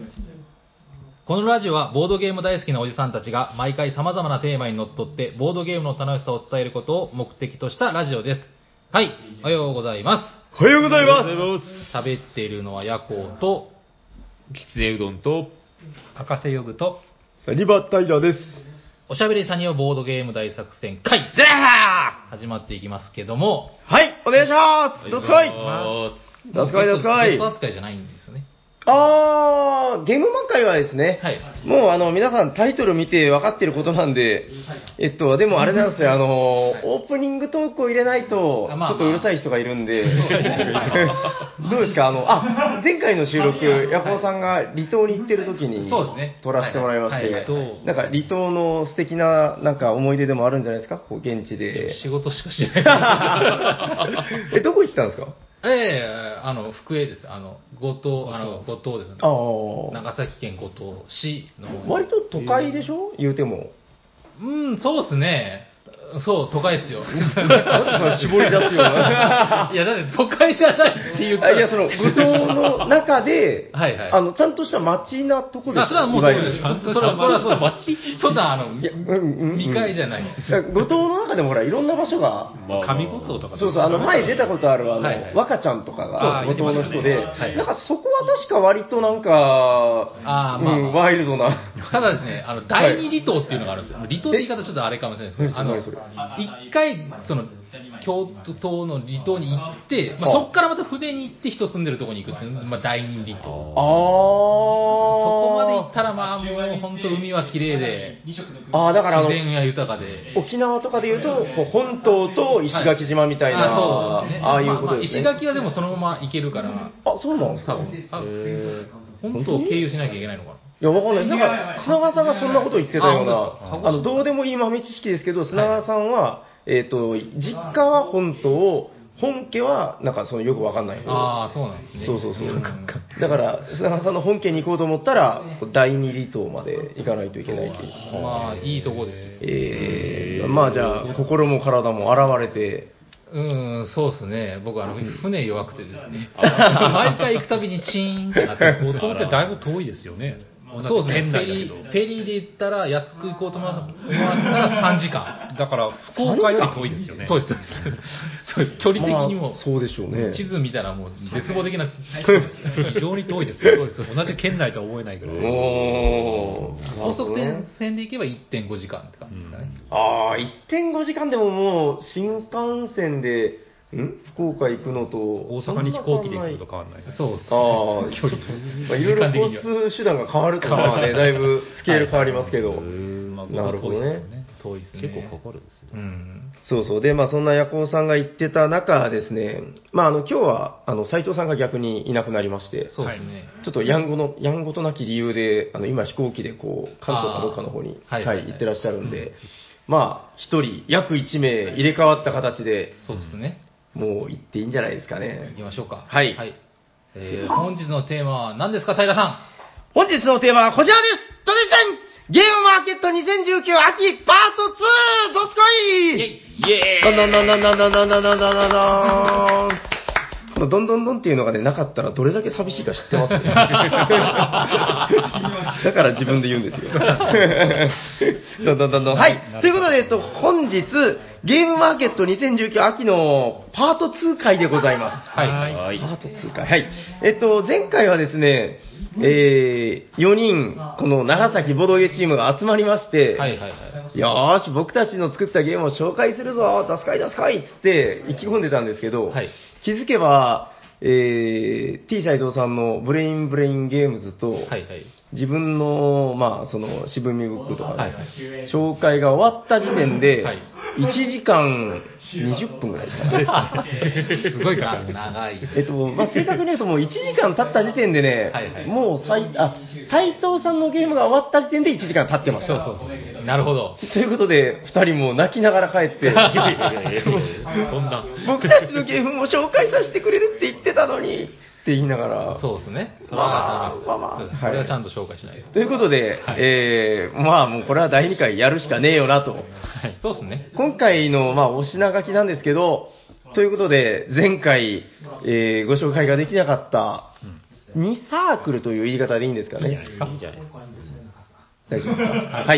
このラジオはボードゲーム大好きなおじさんたちが毎回様々なテーマにのっとってボードゲームの楽しさを伝えることを目的としたラジオです。はい、おはようございます。 おはようございます。 喋っているのはヤコウときつねうどんと赤瀬ヨグとサニバタイラです。 おしゃべりサニオボードゲーム大作戦会ゼラー始まっていきますけども、 はい、お願いします。どうすかい。どうすかい、どうすかい。 ゲスト扱いじゃないんですよね。 ゲームマン会はですね、 はい、 もう皆さんタイトル見て分かってることなんで、でもあれなんですよ、オープニングトークを入れないと、ちょっとうるさい人がいるんで、どうですか、前回の収録、ヤコウさんが離島に行ってる時に、 そうですね、 撮らせてもらいまして、なんか離島の素敵な、なんか思い出でもあるんじゃないですか、こう現地で。 仕事しかしないです。 どこ行ってたんですか？ 福江です。五島ですね。長崎県五島市の方に。 割と都会でしょ？言うても。 そうですね。そう、都会ですよ。 絞り出すような。 いや、だって都会じゃないって言ったら。 いや、五島の中で、 はいはい。 ちゃんとした町なとこですよ。 それはもうそうです。それはそう町そんな、未開じゃないです。 五島の中でもほら、いろんな場所が。 上五島とか。 そうそう、前出たことある若ちゃんとかが五島の人で、なんかそこは確か割となんか、ワイルドな。 ただですね、第二離島っていうのがあるんですよ。離島って言い方ちょっとあれかもしれないですけど、一回、京都島の離島に行って、そこからまた船に行って人住んでるところに行くっていう、第二離島。そこまで行ったら、もう本当海は綺麗で、 だから自然が豊かで。 沖縄とかで言うと、本島と石垣島みたいな、 そうですね。 ああいうことですね。 石垣はでもそのまま行けるから。 そうなんですか？ 本島を経由しなきゃいけないのかな。 いや、わかんないです。なんか、砂川さんがそんなこと言ってたような、どうでもいい豆知識ですけど、砂川さんは、実家は本島、本家は、なんか、よくわかんない方。 そうなんですね。 そう。だから、砂川さんの本家に行こうと思ったら、第二離島まで行かないといけないという。 いいとこですよ。 じゃあ、心も体も洗われて、 そうですね。僕船弱くてですね。毎回行くたびにチーンってなってる。 五島ってだいぶ遠いですよね。 そうですね。フェリーで行ったら安く行こうと思ったら3時間。 だから福岡より遠いですよね。 そうです。距離的にも、 そうでしょうね。 地図見たらもう絶望的な距離です。 非常に遠いですよ。同じ県内とは思えないぐらい。 高速線で行けば 1.5 時間って感じですかね。 1.5 時間でももう新幹線で福岡行くのと大阪に飛行機で行くのと変わらないです。 そうです。 距離いろいろ交通手段が変わるとだいぶスケール変わりますけど。なるほどね。 遠いですね。 結構かかるんですね。 そう。で、そんなヤコウさんが言ってた中ですね、今日は斉藤さんが逆にいなくなりまして、 そうですね。 ちょっとやんごとなき理由で今飛行機で関東かどっかの方に行ってらっしゃるんで、一人約1名入れ替わった形で、 そうですね。 もう行っていいんじゃないですかね。 行きましょうか。 はい。 本日のテーマは何ですか、平さん。 本日のテーマはこちらです。ドデンゲームマーケット2019秋パート 2! どすこいイェーイどんどんこのどんどんどんっていうのがね、なかったらどれだけ寂しいか知ってますね。だから自分で言うんですよ。どんどん。はい。ということで、本日、ゲームマーケット2019秋のパート2回でございます。 はい。 パート2回。はい。前回はですね、4人、この長崎ボドゲチームが集まりまして、よーし、僕たちの作ったゲームを紹介するぞ、出すかいっつって意気込んでたんですけど、気づけば、T 斎藤さんのブレインゲームズと、自分の、渋みブックとか、紹介が終わった時点で、1時間20分ぐらいでしたね。 すごいかかる。長い。 正確に言うともう1時間経った時点でね、もう斉藤さんのゲームが終わった時点で1時間経ってました。 そう。なるほど。 ということで、2人も泣きながら帰って、 そんな。 僕たちのゲームも紹介させてくれるって言ってたのに、って言いながら。 そうですね。それはちゃんと紹介しないと。 ということで、もうこれは第2回やるしかねえよなと。 そうですね。 今回の、お品書きなんですけど、ということで、前回、ご紹介ができなかった、 2サークルという言い方でいいんですかね。 いいじゃないですか。 大丈夫ですか。はい。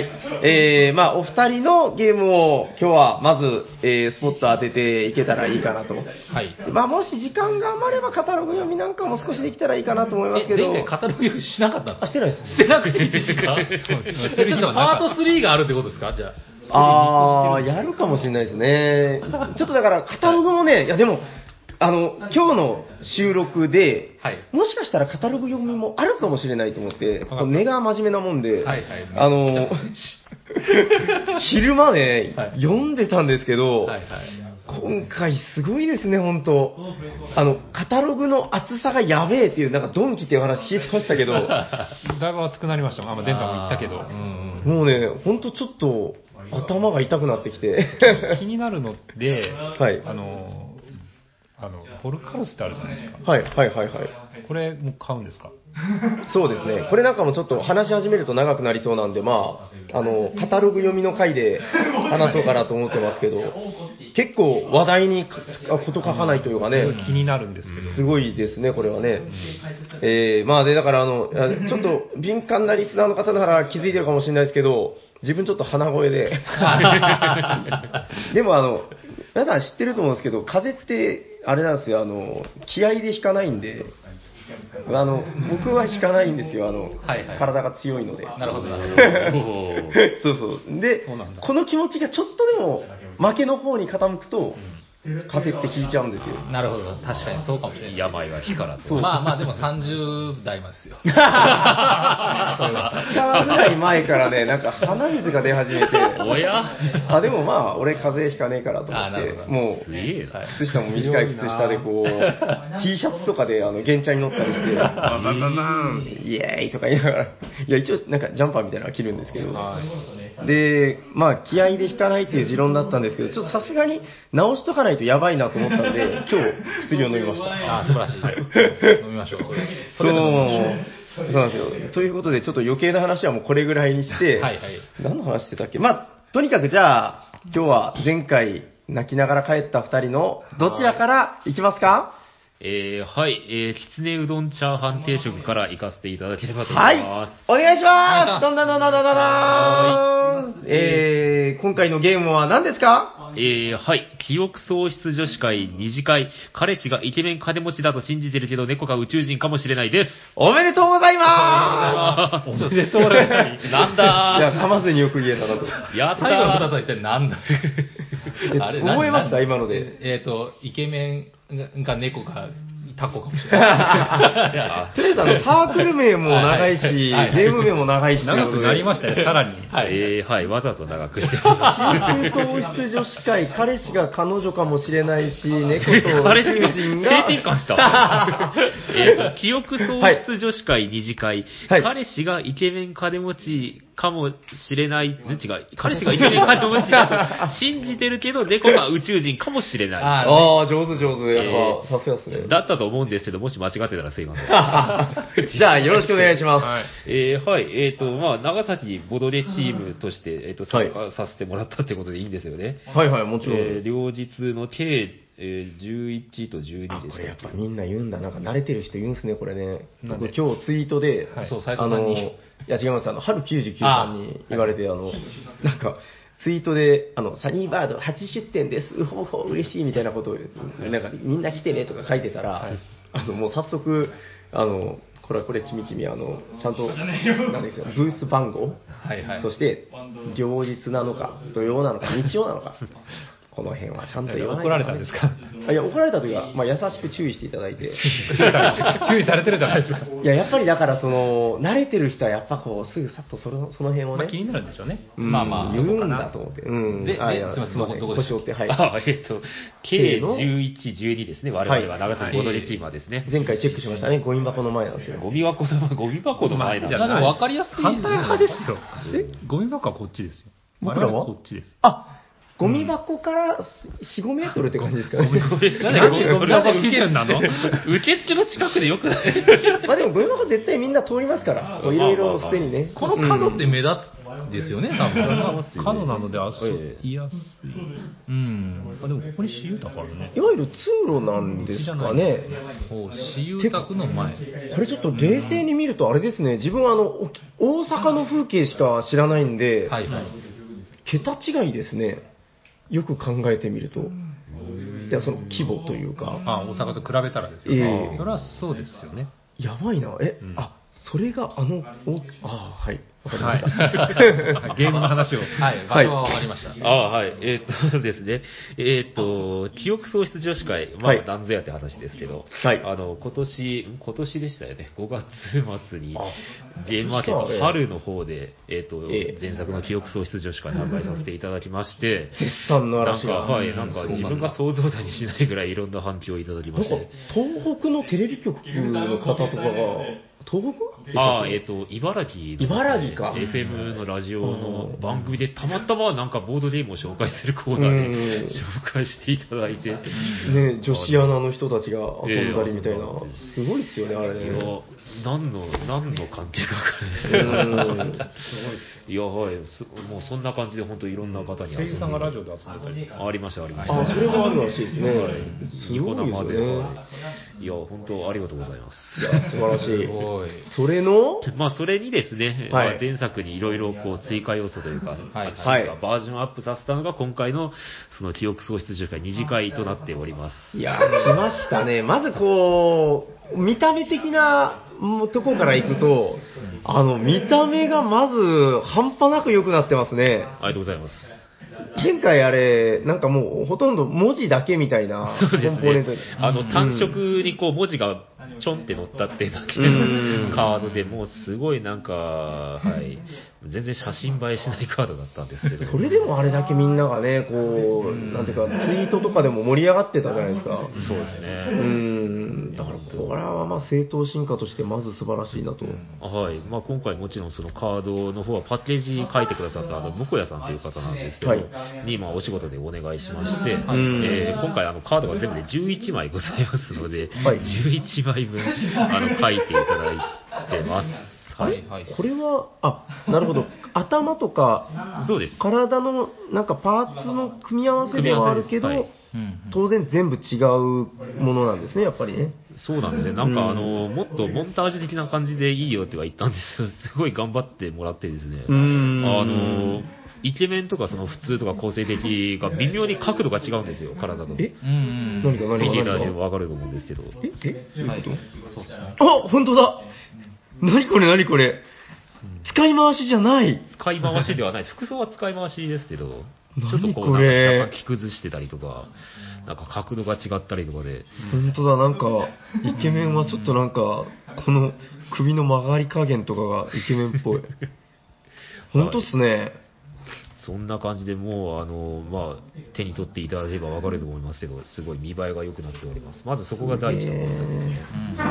まあ、お二人のゲームを今日はまず、スポット当てていけたらいいかなと。 はい。 まあ、もし時間が余ればカタログ読みなんかも少しできたらいいかなと思いますけど。 前回カタログしなかったんですか？ してないです。 してなくて1時間ちょっとパート3があるってことですか？じゃあ。やるかもしれないですね。ちょっとだからカタログもね、いやでも、今日の収録で、 はい、 もしかしたらカタログ読みもあるかもしれないと思って、根が真面目なもんで、 はいはい、 昼間ね、 はい、 読んでたんですけど、 はいはい、 今回すごいですね、本当カタログの厚さがやべえっていう、なんかドンキっていう話聞いてましたけど、 だいぶ厚くなりましたもん。前回も言ったけど。 もうね、本当ちょっと頭が痛くなってきて。 気になるので、 はい。 ポルカルスってあるじゃないですか。 はいはいはいはい。 これも買うんですか？ そうですね。これなんかもちょっと話し始めると長くなりそうなんで、まあ、カタログ読みの回で話そうかなと思ってますけど、結構話題にこと書かないというかね。 すごい気になるんですけど。 すごいですね、これはね。まあで、だからちょっと敏感なリスナーの方なら気づいてるかもしれないですけど、自分ちょっと鼻声で。でも皆さん知ってると思うんですけど、風邪って、あれなんですよ、気合で引かないんで、僕は引かないんですよ、 はいはい、 体が強いので。 なるほど、なるほど。 そうそう。で、この気持ちがちょっとでも負けの方に傾くと、風邪って引いちゃうんですよ。 なるほど、確かにそうかもしれない。 病は気からと。まあまあ、でも30代ですよ。 それは。ぐらい前からね、なんか鼻水が出始めて、 おやでもまあ、俺風邪ひかねえからと思って、もう、靴下も短い靴下でこう、T シャツとかで原茶に乗ったりして、バンバンバンバン、イエーイとか言いながら、いや、一応なんかジャンパーみたいなのは着るんですけど、で、まあ、気合で引かないっていう持論だったんですけど、ちょっとさすがに直しとかないとやばいなと思ったんで、今日薬を飲みました。 素晴らしい。飲みましょう。 そうなんですよ。ということで、ちょっと余計な話はもうこれぐらいにして、 はいはい、 何の話してたっけ？まあ、とにかくじゃあ、今日は前回泣きながら帰った2人のどちらから行きますか？ はい、きつねうどんチャーハン定食から行かせていただければと思います。 はい、お願いします。どんどんどんどんどんどん。今回のゲームは何ですか？ はい、記憶喪失女子会2次会、彼氏がイケメン金持ちだと信じてるけど猫が宇宙人かもしれないです。 おめでとうございます。 おめでとうございます。なんだいや、噛まずによく言えたなと。 やったー。 最後の2つは一体何だ覚えました今ので。 イケメンが猫かタコかもしれない。 とりあえずサークル名も長いし、ゲーム名も長いし。 長くなりましたね、さらに。 はい、わざと長くしてみます。記憶喪失女子会、彼氏が彼女かもしれないし、猫と宇宙人が。 性転換した。記憶喪失女子会2次会、彼氏がイケメン金持ちかもしれない、違う、彼氏がイケメン金持ちだと信じてるけど、猫が宇宙人かもしれない。 ああ、上手。やっぱ、さすがですね。 だったと思うんですけど、もし間違ってたらすいません。 じゃあ、よろしくお願いします。 はい、まあ、長崎ボドゲチームとして、参加させてもらったってことでいいんですよね。 はいはい、もちろん。 両日の計、11と12でした。 これやっぱみんな言うんだ。なんか慣れてる人言うんすね、これね。僕今日ツイートで、 斉藤さんに。 いや違います、春99さんに言われて、なんか、ツイートで、サニーバード80点です、ほほ嬉しいみたいなことを、なんか、みんな来てねとか書いてたら、もう早速、これちみちみ、ちゃんと、なんですよ、ブース番号、そして、両日なのか、土曜なのか、日曜なのか、この辺はちゃんと言わないと。 怒られたんですか？ いや、怒られたというか、まあ、優しく注意していただいて。 注意されてるじゃないですか。 いや、やっぱりだから、慣れてる人はやっぱこう、すぐさっとその辺をね。 気になるんでしょうね。 まあまあ、 言うんだと思って。 で、すみません、どこでしょうって。 はい。 計11、12ですね。我々は長崎ボドゲチームはですね。 前回チェックしましたね。ゴミ箱の前なんですよ。 ゴミ箱の前なんです。でも分かりやすい。 反対派ですよ。ゴミ箱はこっちですよ。 僕らはこっちです。 ゴミ箱から4、5メートルって感じですかね。 なんでゴミ箱基準なの？受付の近くでよくない？ まあでもゴミ箱絶対みんな通りますから、いろいろ捨てにね。 この角って目立つですよね、多分。 角なので、言いやすい。うん。でもここに私有宅あるね。 いわゆる通路なんですかね。 私有宅の前。 これちょっと冷静に見るとあれですね、自分は大阪の風景しか知らないんで、 はいはい。 桁違いですね。よく考えてみると。いや、その規模というか。 大阪と比べたらですよ。それはそうですよね。 やばいな。それがはい。わかりました。 ゲームの話を。はい、場所はわかりました。 はい。ですね。記憶喪失女子会、なんぞやって話ですけど、 はい。 今年でしたよね。5月末に、ゲームマーケット春の方で、前作の記憶喪失女子会販売させていただきまして、 絶賛の嵐が。 なんか自分が想像だにしないぐらいいろんな反響をいただきまして。 東北のテレビ局の方とかが、東北？ 茨城の、 茨城か。 FM のラジオの番組でたまたまなんかボードゲームを紹介するコーナーで紹介していただいて。 ね、女子アナの人たちが遊んだりみたいな。すごいっすよね、あれね。 何の関係か分からないですいや、はい。もうそんな感じで本当いろんな方に遊んで。 声優さんがラジオで遊んでたり。 ありました、ありました。 それもあるらしいですね。 ニコ生で。いや、本当ありがとうございます。 いや、素晴らしい。それのそれにですね、前作にいろいろ追加要素というか、バージョンアップさせたのが今回のその記憶喪失女子会2次会となっております。 いや、来ましたね。まず見た目的なとこからいくと、見た目がまず半端なく良くなってますね。 ありがとうございます。 前回あれ、なんかもうほとんど文字だけみたいなコンポーネント。 単色に文字がちょんって乗ったってだけのカードでもうすごいなんか、全然写真映えしないカードだったんですけど。 それでもあれだけみんながね、なんていうか、ツイートとかでも盛り上がってたじゃないですか。 そうですね。 だからこれは正当進化としてまず素晴らしいなと。 はい。今回もちろんそのカードの方はパッケージ書いてくださった向屋さんという方なんですけど、にお仕事でお願いしまして、今回カードが全部で11枚ございますので、11枚分書いていただいてます。 これは、なるほど。頭とか、 そうです。 体のなんかパーツの組み合わせではあるけど、当然全部違うものなんですね、やっぱりね。 そうなんですね。なんかもっとモンタージュ的な感じでいいよっては言ったんですけど、すごい頑張ってもらってですね。イケメンとかその普通とか構成的が微妙に角度が違うんですよ、体の。 何か見ていただければわかると思うんですけど。 どういうこと？本当だ！何これ使い回しじゃない。 使い回しではないです。服装は使い回しですけど、ちょっとなんか若干着崩してたりとか、なんか角度が違ったりとかで。 本当だ、なんか、イケメンはちょっとなんか、この首の曲がり加減とかがイケメンっぽい。本当っすね。 そんな感じでもう、手に取っていただければわかると思いますけど、すごい見栄えが良くなっております。まずそこが第一のポイントですね。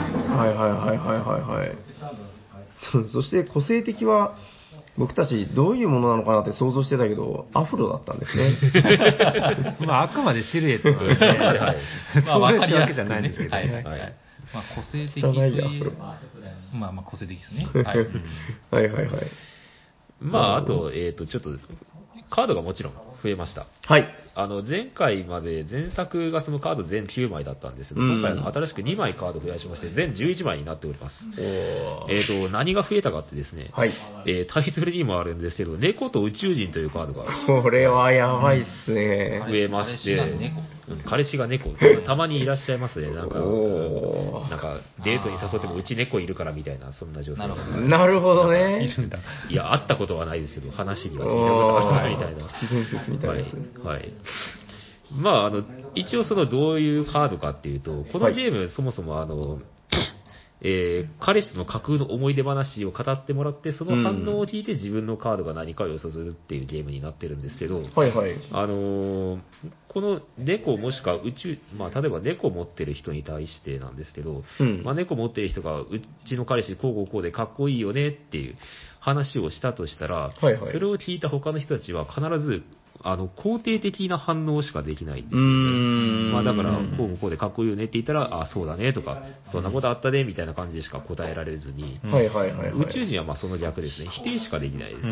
そして個性的は、僕たちどういうものなのかなって想像してたけど、アフロだったんですね。 あくまでシルエットなんですね。 わかりやすくじゃないんですけどね。 個性的という、個性的ですね。 あと、ちょっと、カードがもちろん増えました。 はい。 前回まで前作がそのカード全9枚だったんですけど、今回新しく2枚カード増やしまして、全11枚になっております。何が増えたかってですね、タイトルにもあるんですけど、猫と宇宙人というカードが。 これはやばいっすね。 増えまして、彼氏が猫。たまにいらっしゃいますね。なんかデートに誘ってもうち猫いるからみたいな、そんな女性。 なるほどね。 いるんだ。いや、会ったことはないですけど、話には聞いたことあるみたいな。 自然説みたいなやつ。 一応どういうカードかっていうと、このゲーム、そもそも彼氏との架空の思い出話を語ってもらって、その反応を聞いて自分のカードが何かを予想するっていうゲームになってるんですけど、この猫もしくは例えば猫を持ってる人に対してなんですけど、猫持ってる人がうちの彼氏こうでかっこいいよねっていう話をしたとしたら、それを聞いた他の人たちは必ず肯定的な反応しかできないんですよね。まあだから、こうでかっこいいよねって言ったら、あ、そうだねとか、そんなことあったねみたいな感じでしか答えられずに、宇宙人はまあその逆ですね。否定しかできないです。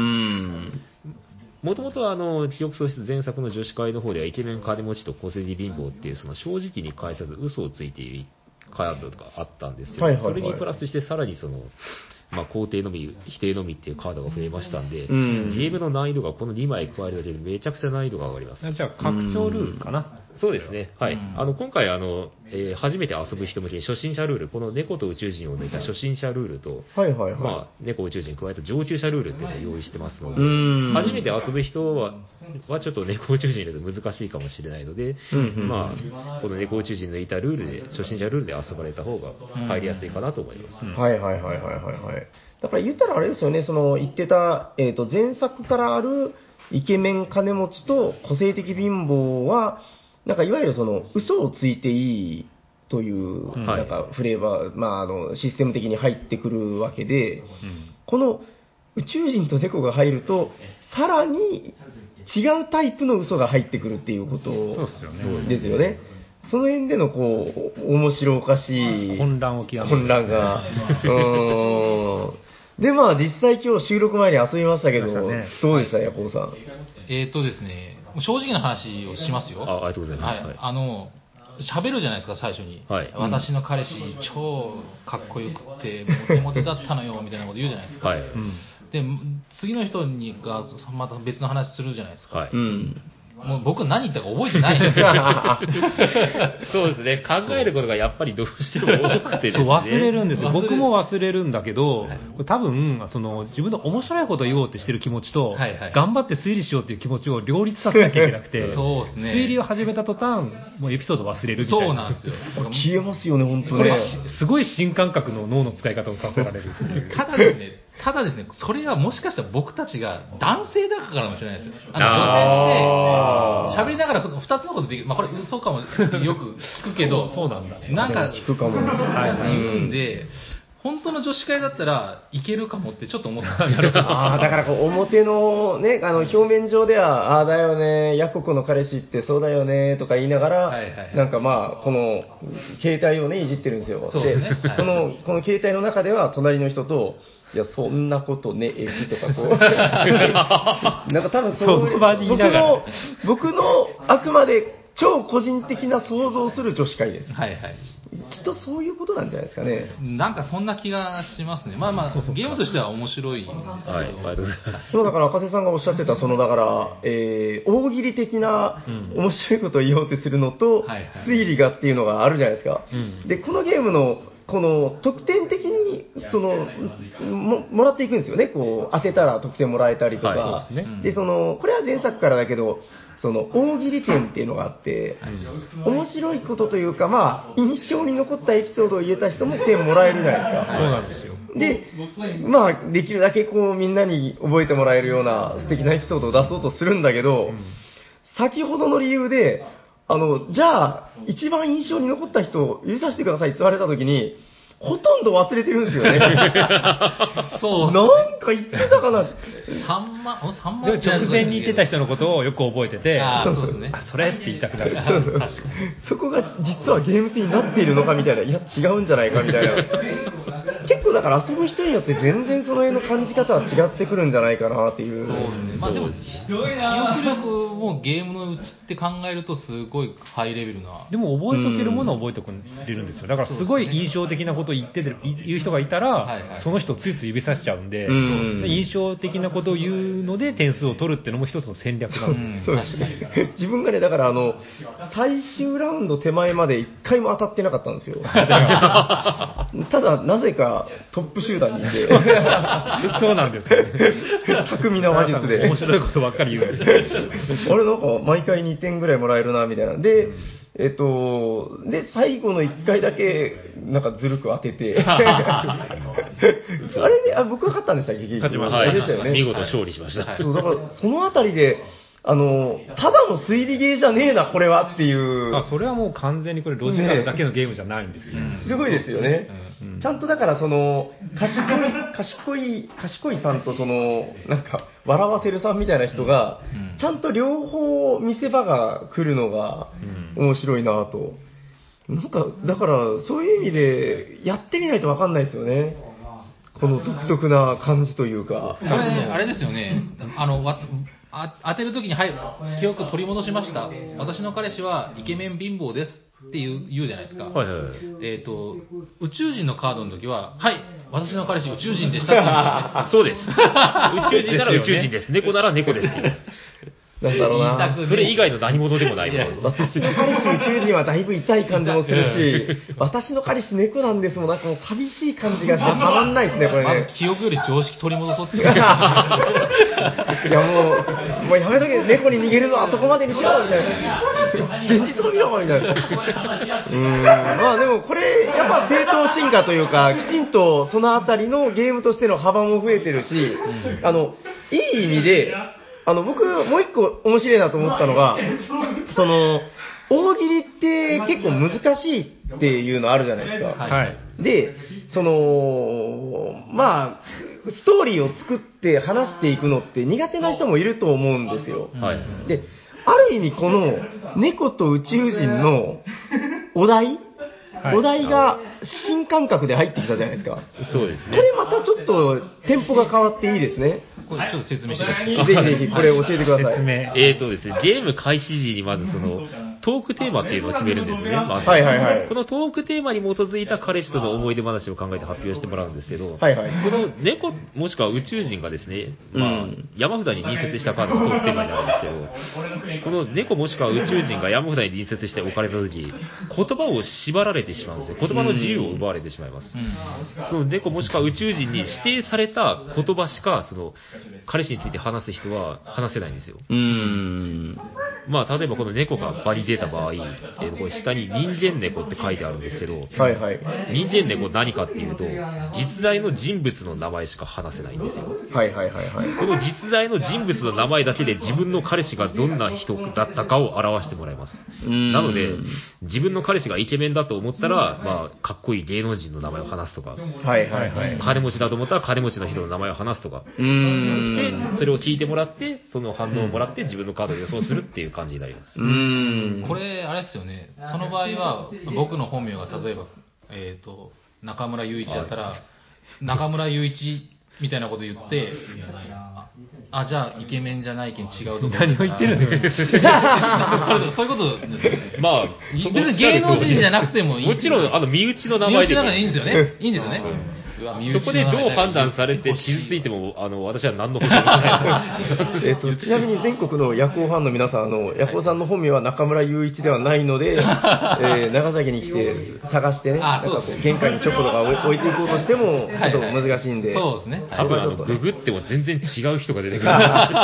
もともと記憶喪失前作の女子会の方ではイケメン金持ちと小銭貧乏っていうその正直に返さず嘘をついているカードとかあったんですけど、それにプラスしてさらにその、まあ、肯定のみ、否定のみっていうカードが増えましたんで、ゲームの難易度がこの2枚加えるだけでめちゃくちゃ難易度が上がります。 じゃあ、拡張ルールかな。 そうですね。はい。今回初めて遊ぶ人向けに初心者ルール、この猫と宇宙人を抜いた初心者ルールと、まあ、猫宇宙人に加えた上級者ルールっていうのを用意してますので、初めて遊ぶ人はちょっと猫宇宙人だと難しいかもしれないので、まあ、この猫宇宙人抜いたルールで、初心者ルールで遊ばれた方が入りやすいかなと思います。 だから言ったらあれですよね、その言ってた、前作からあるイケメン金持ちと個性的貧乏は、なんかいわゆるその嘘をついていいという、なんかフレーバー、まあシステム的に入ってくるわけで、この宇宙人と猫が入ると、さらに違うタイプの嘘が入ってくるっていうことですよね。その辺でのこう、面白おかしい混乱を極める。 混乱が。で、まあ実際今日収録前に遊びましたけど、どうでした、ヤコウさん。 ですね、正直な話をしますよ。 ありがとうございます。 喋るじゃないですか、最初に。私の彼氏、超かっこよくって、モテモテだったのよ、みたいなこと言うじゃないですか。で、次の人がまた別の話するじゃないですか。もう僕何言ったか覚えてないんですよ。 そうですね。考えることがやっぱりどうしても多くてですね。 忘れるんですよ。僕も忘れるんだけど、多分、自分の面白いことを言おうってしてる気持ちと、頑張って推理しようっていう気持ちを両立させなきゃいけなくて、 そうですね。 推理を始めた途端、もうエピソード忘れるみたいな。 そうなんですよ。 消えますよね、本当に。 これ、すごい新感覚の脳の使い方をさせられる。 ただですね、それはもしかしたら僕たちが男性だからかもしれないですよ。女性って喋りながら2つのことできる。まあこれ嘘かもよく聞くけど、 そうなんだ。 なんか聞くかも。 なんて言うんで、本当の女子会だったらいけるかもってちょっと思ったんですよ。 だからこう表のね、表面上では、だよね、ヤココの彼氏ってそうだよね、とか言いながら、なんかまあ、この、携帯をね、いじってるんですよ。で、この携帯の中では、隣の人と、いや、そんなことねえしとかこう。なんか多分僕のあくまで超個人的な想像する女子会です。きっとそういうことなんじゃないですかね。 なんかそんな気がしますね。まあまあ、ゲームとしては面白いんですけど。 そうだから、赤瀬さんがおっしゃってた、だから、大喜利的な面白いことを言おうとするのと、推理がっていうのがあるじゃないですか。で、このゲームの、この得点的にもらっていくんですよね。こう当てたら得点もらえたりとか。で、これは前作からだけど、大喜利点っていうのがあって、面白いことというか、まあ、印象に残ったエピソードを言えた人も点もらえるじゃないですか。 そうなんですよ。 で、まあ、できるだけこう、みんなに覚えてもらえるような素敵なエピソードを出そうとするんだけど、先ほどの理由で、じゃあ、一番印象に残った人を指さしてくださいって言われたときに、ほとんど忘れてるんですよね。 そう。 なんか言ってたかな。 3万直前に言ってた人のことをよく覚えてて、 そうですね。 それって言いたくなる。 確かに。 そこが実はゲーム性になっているのかみたいな、いや違うんじゃないかみたいな。結構だから遊ぶ人によって全然その辺の感じ方は違ってくるんじゃないかなっていう。 そうですね。まあでも、記憶力もゲームのうちって考えるとすごいハイレベルな。 でも覚えとけるものを覚えておれるんですよ。だからすごい印象的なことを言う人がいたら、その人をついつい指さしちゃうんで、印象的なことを言うので点数を取るっていうのも一つの戦略なんで。 そうですね。自分がね、だから最終ラウンド手前まで一回も当たってなかったんですよ。ただ、なぜかトップ集団にいて。 そうなんですよね。 巧みな話術で。 面白いことばっかり言うんで。 あれなんか毎回2点ぐらいもらえるな、みたいな。で、で、最後の1回だけ、なんかずるく当てて。あれで、僕が勝ったんでしたっけ、結局。 勝ちました。はい、でしたよね。見事勝利しました。 そう、だから、そのあたりで、ただの推理ゲーじゃねえな、これはっていう。 それはもう完全にこれロジカルだけのゲームじゃないんですよ。 すごいですよね。 ちゃんとだからその、賢いさんとその、なんか、笑わせるさんみたいな人が、ちゃんと両方見せ場が来るのが面白いなと。なんか、だから、そういう意味で、やってみないとわかんないですよね。この独特な感じというか。 これ、あれですよね。当てるときに、はい、記憶取り戻しました。私の彼氏はイケメン貧乏ですって言うじゃないですか。 はいはい。 宇宙人のカードの時は、はい、私の彼氏宇宙人でしたって言うんですよね。 そうです。宇宙人なら宇宙人です。猫なら猫ですって言います。 なんだろうな。 それ以外の何者でもない。 私の彼氏宇宙人はだいぶ痛い感じもするし、私の彼氏猫なんですもん、なんかもう寂しい感じがしてたまんないですね、これね。 まず記憶より常識取り戻そうっていう。いやもうやめとけ、猫に逃げるのはそこまでにしろみたいな。現実を見ろみたいな。まあでもこれ、やっぱ正当進化というか、きちんとそのあたりのゲームとしての幅も増えてるし、いい意味で、僕、もう一個面白いなと思ったのが、その、大喜利って結構難しいっていうのあるじゃないですか。 はい。 で、その、まあ、ストーリーを作って話していくのって苦手な人もいると思うんですよ。 はい。 で、ある意味この猫と宇宙人のお題、お題が新感覚で入ってきたじゃないですか。 そうですね。 これまたちょっとテンポが変わっていいですね。 これちょっと説明してください。 ぜひぜひこれ教えてください。 説明。 ですね、ゲーム開始時にまずその、トークテーマっていうのを決めるんですね。まず。 はいはいはい。 このトークテーマに基づいた彼氏との思い出話を考えて発表してもらうんですけど、 はいはい。 この猫、もしくは宇宙人がですね、まあ、山札に隣接したカードがトークテーマになるんですけど、この猫もしくは宇宙人が山札に隣接して置かれたとき、言葉を縛られてしまうんですよ。言葉の自由を奪われてしまいます。その猫もしくは宇宙人に指定された言葉しか、その、彼氏について話す人は話せないんですよ。まあ、例えばこの猫が場に出た場合、これ下に人間猫って書いてあるんですけど、 はいはい。 人間猫何かっていうと、実在の人物の名前しか話せないんですよ。 はいはいはいはい。 この実在の人物の名前だけで自分の彼氏がどんな人だったかを表してもらいます。なので、自分の彼氏がイケメンだと思ったら、まあ、かっこいい芸能人の名前を話すとか、 はいはいはい。 金持ちだと思ったら金持ちの人の名前を話すとか、して、それを聞いてもらって、その反応をもらって自分のカードを予想するっていう感じになります。 これ、あれですよね。その場合は、僕の本名が例えば、中村雄一だったら、中村雄一みたいなこと言って、じゃあイケメンじゃないけん違うところ。 何を言ってるんですかそういうことですね。 まあ、 別に芸能人じゃなくてもいい。 もちろん、身内の名前で。 身内の中でいいんですよね。いいんですよね。 そこでどう判断されて傷ついても、私は何の保証もしないちなみに全国のヤコウファンの皆さん、ヤコウさんの本名は中村雄一ではないので、長崎に来て探してね、なんかこう玄関にチョコとか置いていこうとしても、ちょっと難しいんで。 そうですね。 多分ググっても全然違う人が出てくる。 で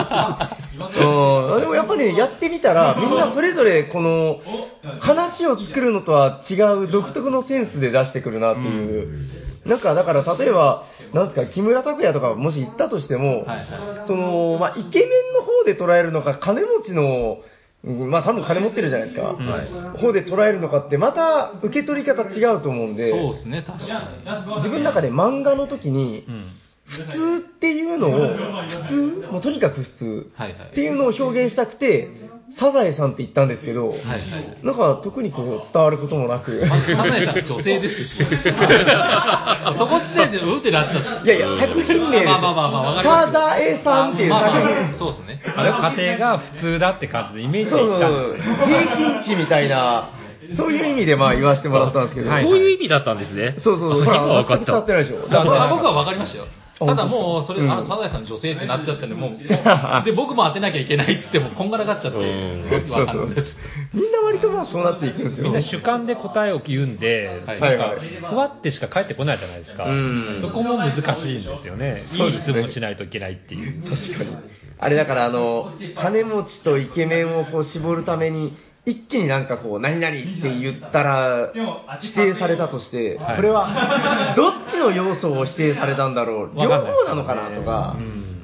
もやっぱり、ね、やってみたら、みんなそれぞれこの話を作るのとは違う独特のセンスで出してくるなっていう。なんか、だから例えば、なんですか、木村拓哉とかもし行ったとしても、その、まあ、イケメンの方で捉えるのか、金持ちの、まあ多分金持ってるじゃないですか、方で捉えるのかって、また受け取り方違うと思うんで、 そうですね、確かに。 自分の中で漫画の時に、普通っていうのを、普通もうとにかく普通っていうのを表現したくて、サザエさんって言ったんですけど、なんか特にこう伝わることもなく。 サザエさん女性ですし。そこ時点でってなっちゃった。 いやいや、作品名です。サザエさんっていう作品。 そうですね。 家庭が普通だって感じでイメージで言ったんです。 平均値みたいな、そういう意味でまあ言わせてもらったんですけど。 そういう意味だったんですね。 そう。今分かった。 伝わってないでしょ。 僕は分かりましたよ。ただもう、それ、サザエさん女性ってなっちゃったんで、もう、で、僕も当てなきゃいけないって言っても、こんがらがっちゃって、わかんないです。 みんな割とまあそうなっていくんですよ。 みんな主観で答えを言うんで、なんか、ふわってしか返ってこないじゃないですか。そこも難しいんですよね。いい質問しないといけないっていう。 確かに。あれだから金持ちとイケメンをこう絞るために、一気になんかこう、何々って言ったら、指定されたとして、これは、どっちの要素を指定されたんだろう、両方なのかなとか、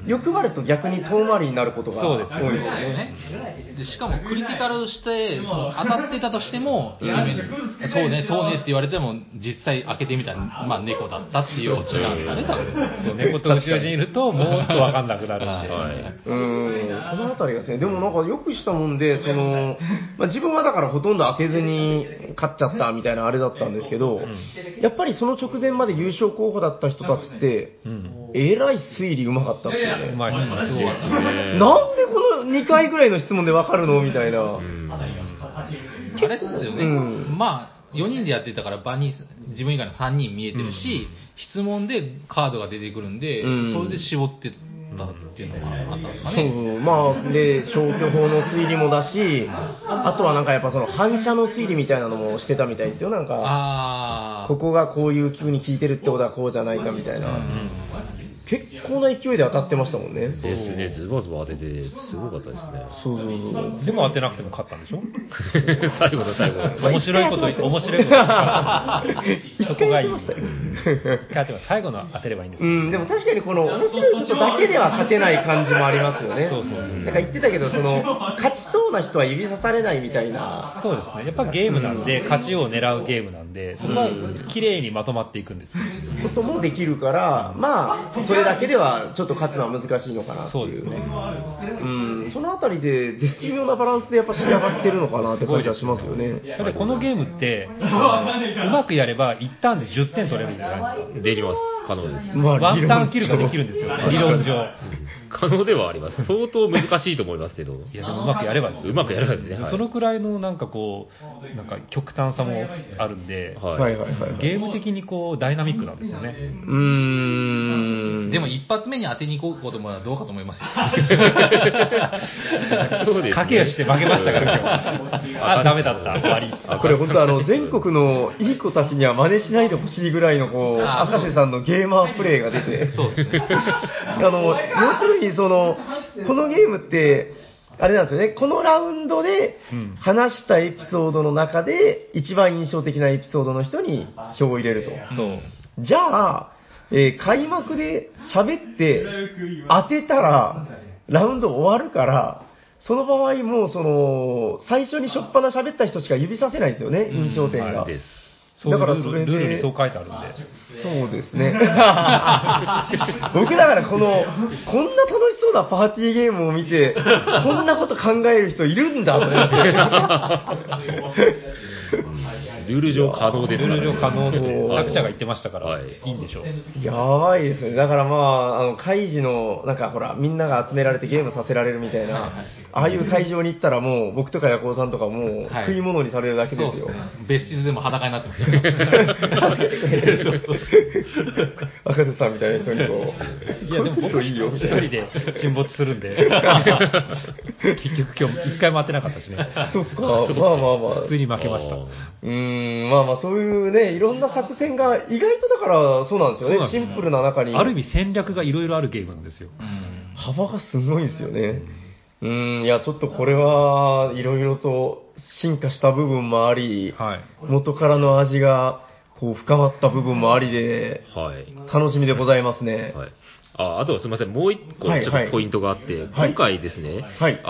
欲張ると逆に遠回りになることが多いですよね。 でしかもクリティカルして当たってたとしてもイケメンそうねそうねって言われても実際開けてみたらまあ猫だったっていうオチなんですかね多分。 そう猫と宇宙人いるともうちょっと分かんなくなるんで、はい、 そのあたりがですね。でもなんかよくしたもんで自分はだからほとんど開けずに勝っちゃったみたいなあれだったんですけど、やっぱりその直前まで優勝候補だった人たちって、えらい推理うまかったっすよね。 うまいですね。 なんでこの2回ぐらいの質問でわかるのみたいな。 あれっすよね。まあ4人でやってたから場に自分以外の3人見えてるし、質問でカードが出てくるんで、それで絞ってたっていうのがあったんですかね。 そうまあで消去法の推理もだし、あとはなんかやっぱその反射の推理みたいなのもしてたみたいですよ。なんかここがこういう風に効いてるってことはこうじゃないかみたいな。結構な勢いで当たってましたもんね。 ですね、ズバズバ当てて、すごかったですね。 そうでも当てなくても勝ったんでしょ最後の最後。 面白いこと言って、面白いこと言ってそこがいい。最後の当てればいいんですでも確かにこの面白いことだけでは勝てない感じもありますよね。 そうなんか言ってたけど、勝ちそうな人は指さされないみたいな。 そうですね。やっぱゲームなんで、勝ちを狙うゲームなんで、そこは綺麗にまとまっていくんですよ。 こともできるから、まあ、それだけではちょっと勝つのは難しいのかなっていう。そうですね。そのあたりで絶妙なバランスでやっぱ仕上がってるのかなって感じはしますよね。 だってこのゲームって、うまくやれば1ターンで10点取れるんじゃないですか。 できます。可能です。 ワンターンキルができるんですよ。理論上。 可能ではあります。相当難しいと思いますけど。 いやでもうまくやればですよ。 うまくやればですね。 そのくらいのなんか極端さもあるんで、ゲーム的にダイナミックなんですよね。 でも一発目に当てに行こうこともどうかと思いますよ。 そうですね。 駆け足して負けましたから今日。ダメだった。終わり。 これ本当全国のいい子たちには真似しないでほしいぐらいの赤瀬さんのゲーマープレイが出て。 そうですね。 要するにこのゲームって、あれなんですよね、このラウンドで話したエピソードの中で、一番印象的なエピソードの人に票を入れると。じゃあ、開幕で喋って当てたら、ラウンド終わるから、その場合もう最初にしょっぱな喋った人しか指させないんですよね、印象点が。 だからそれでルールにそう書いてあるんで。 そうですね。僕だからこんな楽しそうなパーティーゲームを見て、こんなこと考える人いるんだと思って。 ルール上可能です。 ルール上可能って作者が言ってましたから、いいんでしょう。 やばいですね。だから会議の、なんかほら、みんなが集められてゲームさせられるみたいな、ああいう会場に行ったらもう、僕とかヤコウさんとかもう、食い物にされるだけですよ。 別室でも裸になってますよ。 赤瀬さんみたいな人にいやでも僕一人で沈没するんで、結局今日一回も当てなかったしね。 そっか、まあ。 普通に負けました。 そういうね、いろんな作戦が意外とだからそうなんですよね。シンプルな中に。 ある意味戦略がいろいろあるゲームなんですよ。 幅がすごいですよね。いや、ちょっとこれはいろいろと進化した部分もあり、元からの味が深まった部分もありで、楽しみでございますね。 あとすみません、もう一個ちょっとポイントがあって、今回ですね、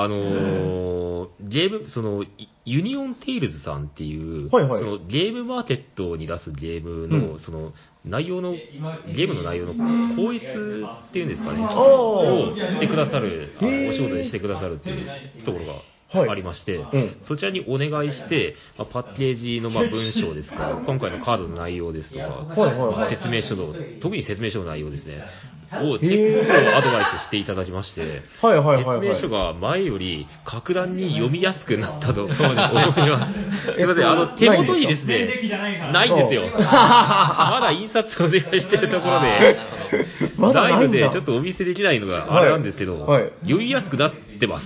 ゲーム、ユニオンテイルズさんっていう、ゲームマーケットに出すゲームの、ゲームの内容の校閲っていうんですかね、をしてくださる、お仕事でしてくださるっていうところが、ありまして、そちらにお願いして、パッケージの文章ですか、今回のカードの内容ですとか、説明書の、特に説明書の内容ですね、をチェックをアドバイスしていただきまして、説明書が前より格段に読みやすくなったと思います。すいません、手元にですね、ないんですよ。まだ印刷をお願いしているところで、ないので、ちょっとお見せできないのがあれなんですけど、読みやすくなっってます。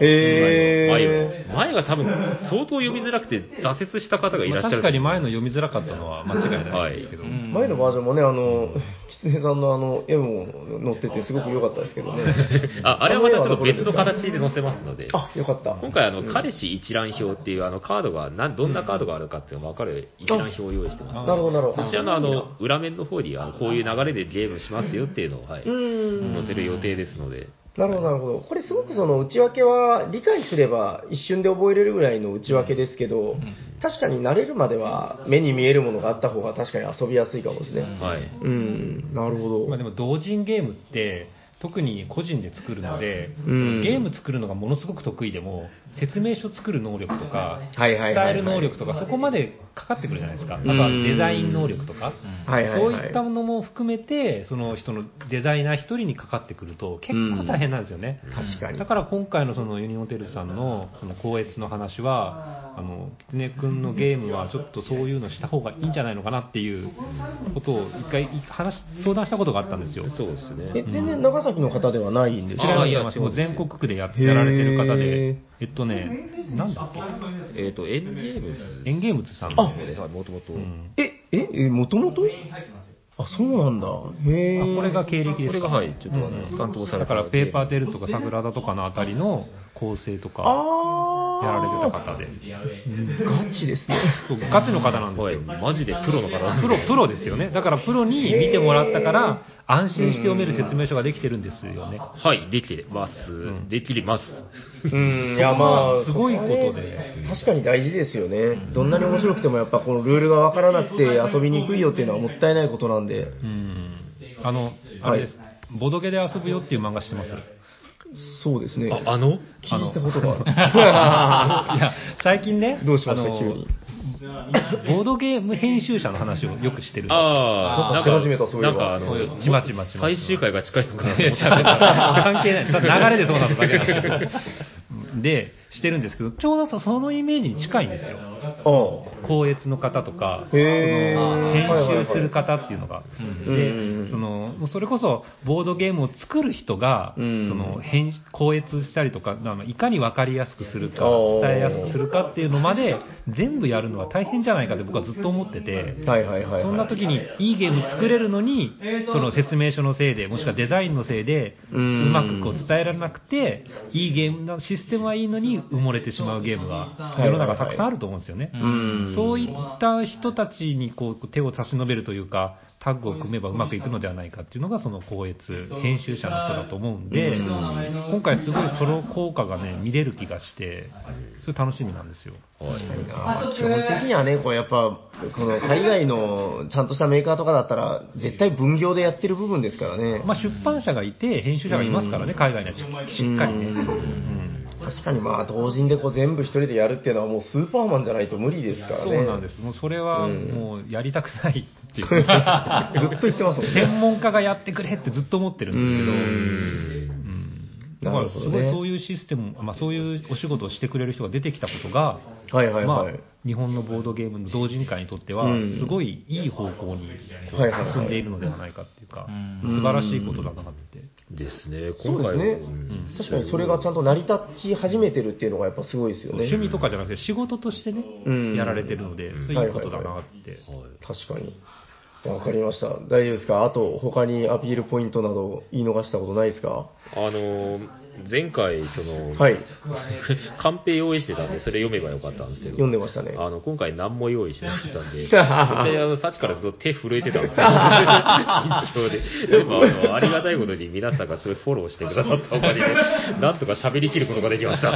前は多分相当読みづらくて挫折した方がいらっしゃる。 確かに前の読みづらかったのは間違いないですけど。 前のバージョンもね、キツネさんの絵も載っててすごく良かったですけどね。 あれはまたちょっと別の形で載せますので。 あ、よかった。 今回彼氏一覧表っていうカードがどんなカードがあるかっていうのが分かる一覧表を用意してます。 なるほど、なるほど。 そちらの裏面の方にこういう流れでゲームしますよっていうのを、載せる予定ですので。 なるほど、なるほど。これすごくその内訳は理解すれば一瞬で覚えれるぐらいの内訳ですけど、確かに慣れるまでは目に見えるものがあった方が確かに遊びやすいかもですね。 はい。 なるほど。 まあでも同人ゲームって特に個人で作るので、そのゲーム作るのがものすごく得意でも、説明書作る能力とか、伝える能力とか、そこまでかかってくるじゃないですか。あとはデザイン能力とか、そういったものも含めて、その人のデザイナー一人にかかってくると、結構大変なんですよね。 確かに。 だから今回のそのユニホテルさんのその光悦の話は、キツネ君のゲームはちょっとそういうのした方がいいんじゃないのかなっていうことを一回相談したことがあったんですよ。 そうですね。 全然長崎の方ではないんですか？ 違います。もう全国区でやられてる方で、なんだっけ？ エンゲームズ。 エンゲームズさん。 もともと。 もともと？あ、そうなんだ。へこれが経歴ですか？ これが、ちょっと担当された。 だからペーパーテルとか桜田とかのあたりの構成とかやられてた方で。 ガチですね。 ガチの方なんですよ。 マジでプロの方なんです。プロですよね。だからプロに見てもらったから、安心して読める説明書ができてるんですよね。 はい、できてます。できます。 いや、まあ、 すごいことで。 確かに大事ですよね。どんなに面白くてもやっぱこのルールがわからなくて遊びにくいよっていうのはもったいないことなんで。 あれです。ボドゲで遊ぶよっていう漫画知ってます？ そうですね。 聞いたことがある。いや、最近ね、 どうしました急に。 ボードゲーム編集者の話をよくしてるんですよ。 なんかし始めた、そういうのが。 ちまちま。 最終回が近いのかな。 関係ない。流れでそうなのだけなんですけど。で、してるんですけど、ちょうどそのイメージに近いんですよ。光悦の方とか、編集する方っていうのが。で、それこそボードゲームを作る人が、光悦したりとか、いかに分かりやすくするか、伝えやすくするかっていうのまで全部やるのは大変じゃないかって僕はずっと思ってて、そんな時にいいゲーム作れるのに、その説明書のせいで、もしくはデザインのせいで、うまく伝えられなくて、いいゲームのシステムはいいのに埋もれてしまうゲームが世の中たくさんあると思うんですよね。そういった人たちに手を差し伸べるというか、タッグを組めばうまくいくのではないかっていうのがその光悦編集者の人だと思うんで、今回すごいその効果がね見れる気がして、それ楽しみなんですよ。 基本的にはね、こうやっぱこの海外のちゃんとしたメーカーとかだったら絶対分業でやってる部分ですからね。 出版社がいて編集者がいますからね、海外にはしっかりね。 確かに同人で全部一人でやるっていうのはもうスーパーマンじゃないと無理ですからね。 そうなんです。もうそれはもうやりたくないっていう。 ずっと言ってますもんね。 専門家がやってくれってずっと思ってるんですけど。だからすごいそういうシステム、そういうお仕事をしてくれる人が出てきたことが、日本のボードゲームの同人会にとってはすごいいい方向に進んでいるのではないかっていうか、素晴らしいことだなって。 ですね。 今回は確かにそれがちゃんと成り立ち始めてるっていうのがやっぱすごいですよね。 趣味とかじゃなくて仕事としてね、やられてるので、そういういいことだなって。 確かに。わかりました。大丈夫ですか？あと他にアピールポイントなど言い逃したことないですか？ 前回カンペ用意してたんでそれ読めばよかったんですけど、 読んでましたね。 今回何も用意してなかったんでさっきからずっと手震えてたんですよ。緊張で。でもありがたいことに皆さんがすごいフォローしてくださったおかげでなんとか喋りきることができました。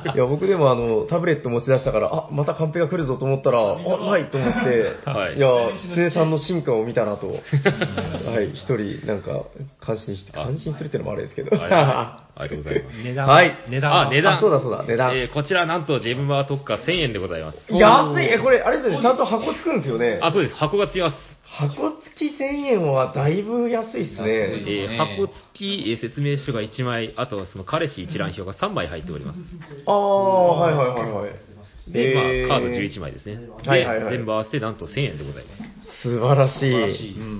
いや僕でもタブレット持ち出したからまたカンペが来るぞと思ったらないと思って、いやキツネさんの進化を見たなと一人なんか感心するっていうのもあれですけど。 ありがとうございます。 値段。 値段。 そうだ、値段。 こちらなんとゲームマー特価1000円でございます。 安い。これ、あれですよね、ちゃんと箱つくんですよね。 そうです。箱がつきます。 箱付き1000円はだいぶ安いですね。 箱付き説明書が1枚、あとその彼氏一覧表が3枚入っております。 はい。 で、カード11枚ですね。で、全部合わせてなんと1000円でございます。 素晴らしい。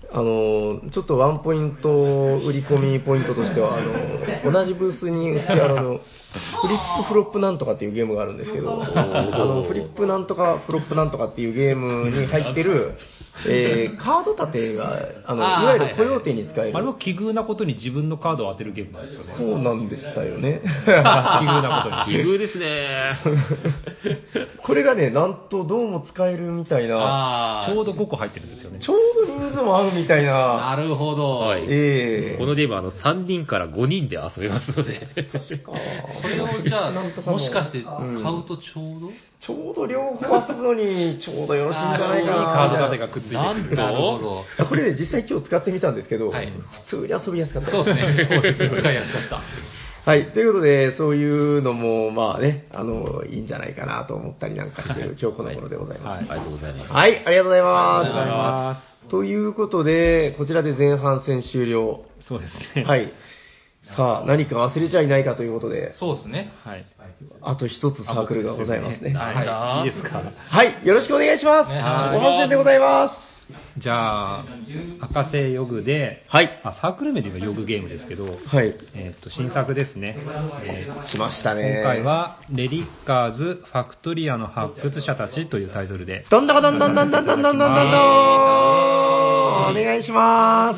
ちょっとワンポイント売り込みポイントとしては、同じブースに売ってあるフリップフロップなんとかっていうゲームがあるんですけど、フリップなんとかフロップなんとかっていうゲームに入ってる、カード立てが、いわゆるコヨーテに使える。 あれも奇遇なことに自分のカードを当てるゲームなんですよね。 そうなんでしたよね。 奇遇なことに。 奇遇ですね。 これがね、なんとどうも使えるみたいな。 ちょうど5個入ってるんですよね。 ちょうど人数も合うみたいな。 なるほど。 はい。このゲームは3人から5人で遊べますので。 それをじゃあ、もしかして買うとちょうどちょうど両方遊ぶのにちょうどよろしいんじゃないかな。 カード立てがくっついてくる。 なるほど。 これね、実際今日使ってみたんですけど、 はい、 普通に遊びやすかった。 そうですね。そうですね。使いやすかった。 はい。ということで、そういうのも、まあね、いいんじゃないかなと思ったりなんかしている、今日この頃でございます。 はい。ありがとうございます。 はい。ありがとうございます。 ありがとうございます。 ということで、こちらで前半戦終了。 そうですね。 はい。さあ、何か忘れちゃいないかということで。 そうですね。 はい。 あと一つサークルがございますね。 はい。 いいですか。 はい。よろしくお願いします。おませんでございます。 じゃあ、赤瀬ヨグで、 はい。 サークル名で言えばヨグゲームですけど、 はい。 新作ですね。 来ましたね。 今回は、レリッカーズ・ファクトリアの発掘者たちというタイトルで。 どんだかどんどんどんどんどんどんどんどんお願いします。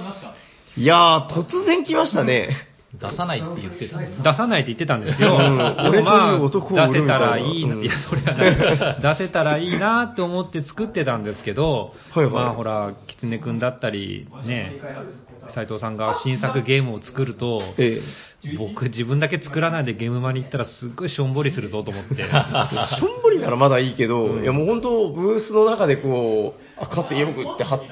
いやー、突然来ましたね。 出さないって言ってた。 出さないって言ってたんですよ。 俺という男を売るみたいな。 出せたらいいな、いや、それはない。出せたらいいなと思って作ってたんですけど、 はいはい、 まあほら、キツネ君だったり、ね、斉藤さんが新作ゲームを作ると、僕自分だけ作らないでゲームマに行ったらすっごいしょんぼりするぞと思って。しょんぼりならまだいいけど、いやもう本当ブースの中でこう、赤瀬ヨグって貼って、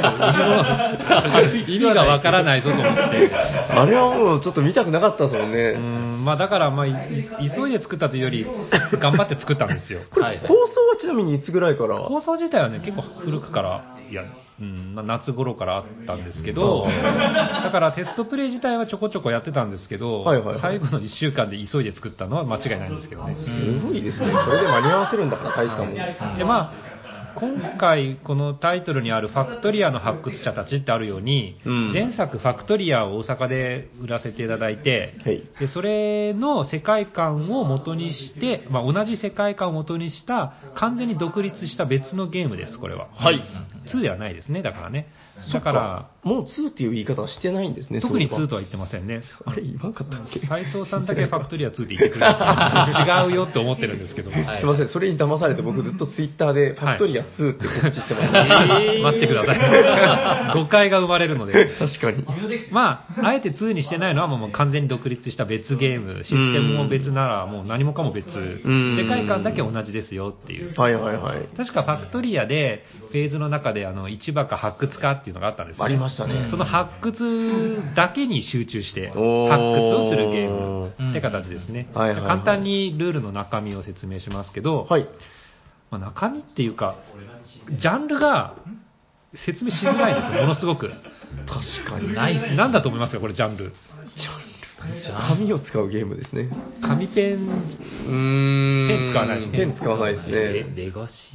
意味がわからないぞと思って。 あれはもうちょっと見たくなかったですもんね。 まあだからまあ急いで作ったというより頑張って作ったんですよ。 これ構想はちなみにいつぐらいから？ 構想自体はね結構古くから、いや、夏頃からあったんですけど、だからテストプレイ自体はちょこちょこやってたんですけど、最後の1週間で急いで作ったのは間違いないんですけどね。 すごいですね。それで間に合わせるんだから大したもん。 でまあ今回このタイトルにあるファクトリアの発掘者たちってあるように、前作ファクトリアを大阪で売らせていただいて、でそれの世界観を元にして、まあ、同じ世界観を元にした完全に独立した別のゲームです。これは、2ではないですね。だからね、だからもう2っていう言い方はしてないんですね。 特に2とは言ってませんね。 あれ言わんかったっけ？ 斉藤さんだけファクトリア2って言ってくるんですよ。違うよって思ってるんですけど、すいません、それに騙されて僕ずっとツイッターでファクトリア2って告知してました。 待ってください。誤解が生まれるので。 確かに。 まあ、あえて2にしてないのはもう完全に独立した別ゲーム、システムも別ならもう何もかも別、世界観だけ同じですよっていう。 はいはいはい。 確かファクトリアでフェーズの中で市場か発掘かっていうのがあったんですよね。 ありましたね。 その発掘だけに集中して発掘をするゲームって形ですね。簡単にルールの中身を説明しますけど、まあ、中身っていうかジャンルが説明しづらいですよ、ものすごく。 確かに。 なんだと思いますか、これジャンル。 紙を使うゲームですね。 紙ペン、ペン使わないしね。 ペン使わないですね。 レガシ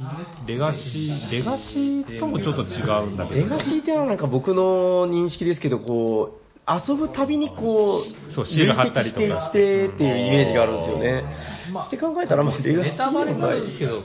ーともちょっと違うんだけど。 レガシーってのはなんか僕の認識ですけど、こう、遊ぶたびにこう、 そう、シール貼ったりとかしていってっていうイメージがあるんですよね。って考えたら、まあ、レガシーネタバレなんですけど、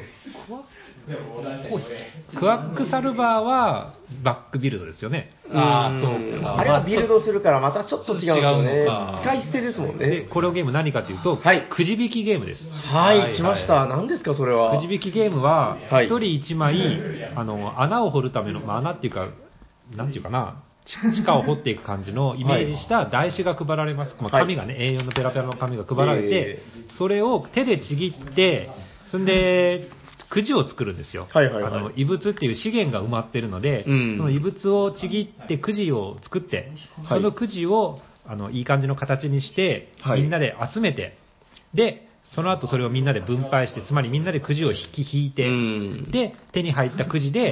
クワックサルバーはバックビルドですよね。 そう。 あれはビルドするからまたちょっと違うんですよね。使い捨てですもんね。 で、これのゲーム何かというと、くじ引きゲームです。 はい、来ました。何ですか、それは。 くじ引きゲームは、1人1枚、穴を掘るための、まあ、穴っていうか、なんていうかな、地下を掘っていく感じのイメージした台紙が配られます。まあ、紙がね、A4 のペラペラの紙が配られて、それを手でちぎって、そんで、くじを作るんですよ。異物っていう資源が埋まってるので、その異物をちぎってくじを作って、そのくじをいい感じの形にして、みんなで集めて、で、その後それをみんなで分配して、つまりみんなでくじを引いて、で、手に入ったくじで、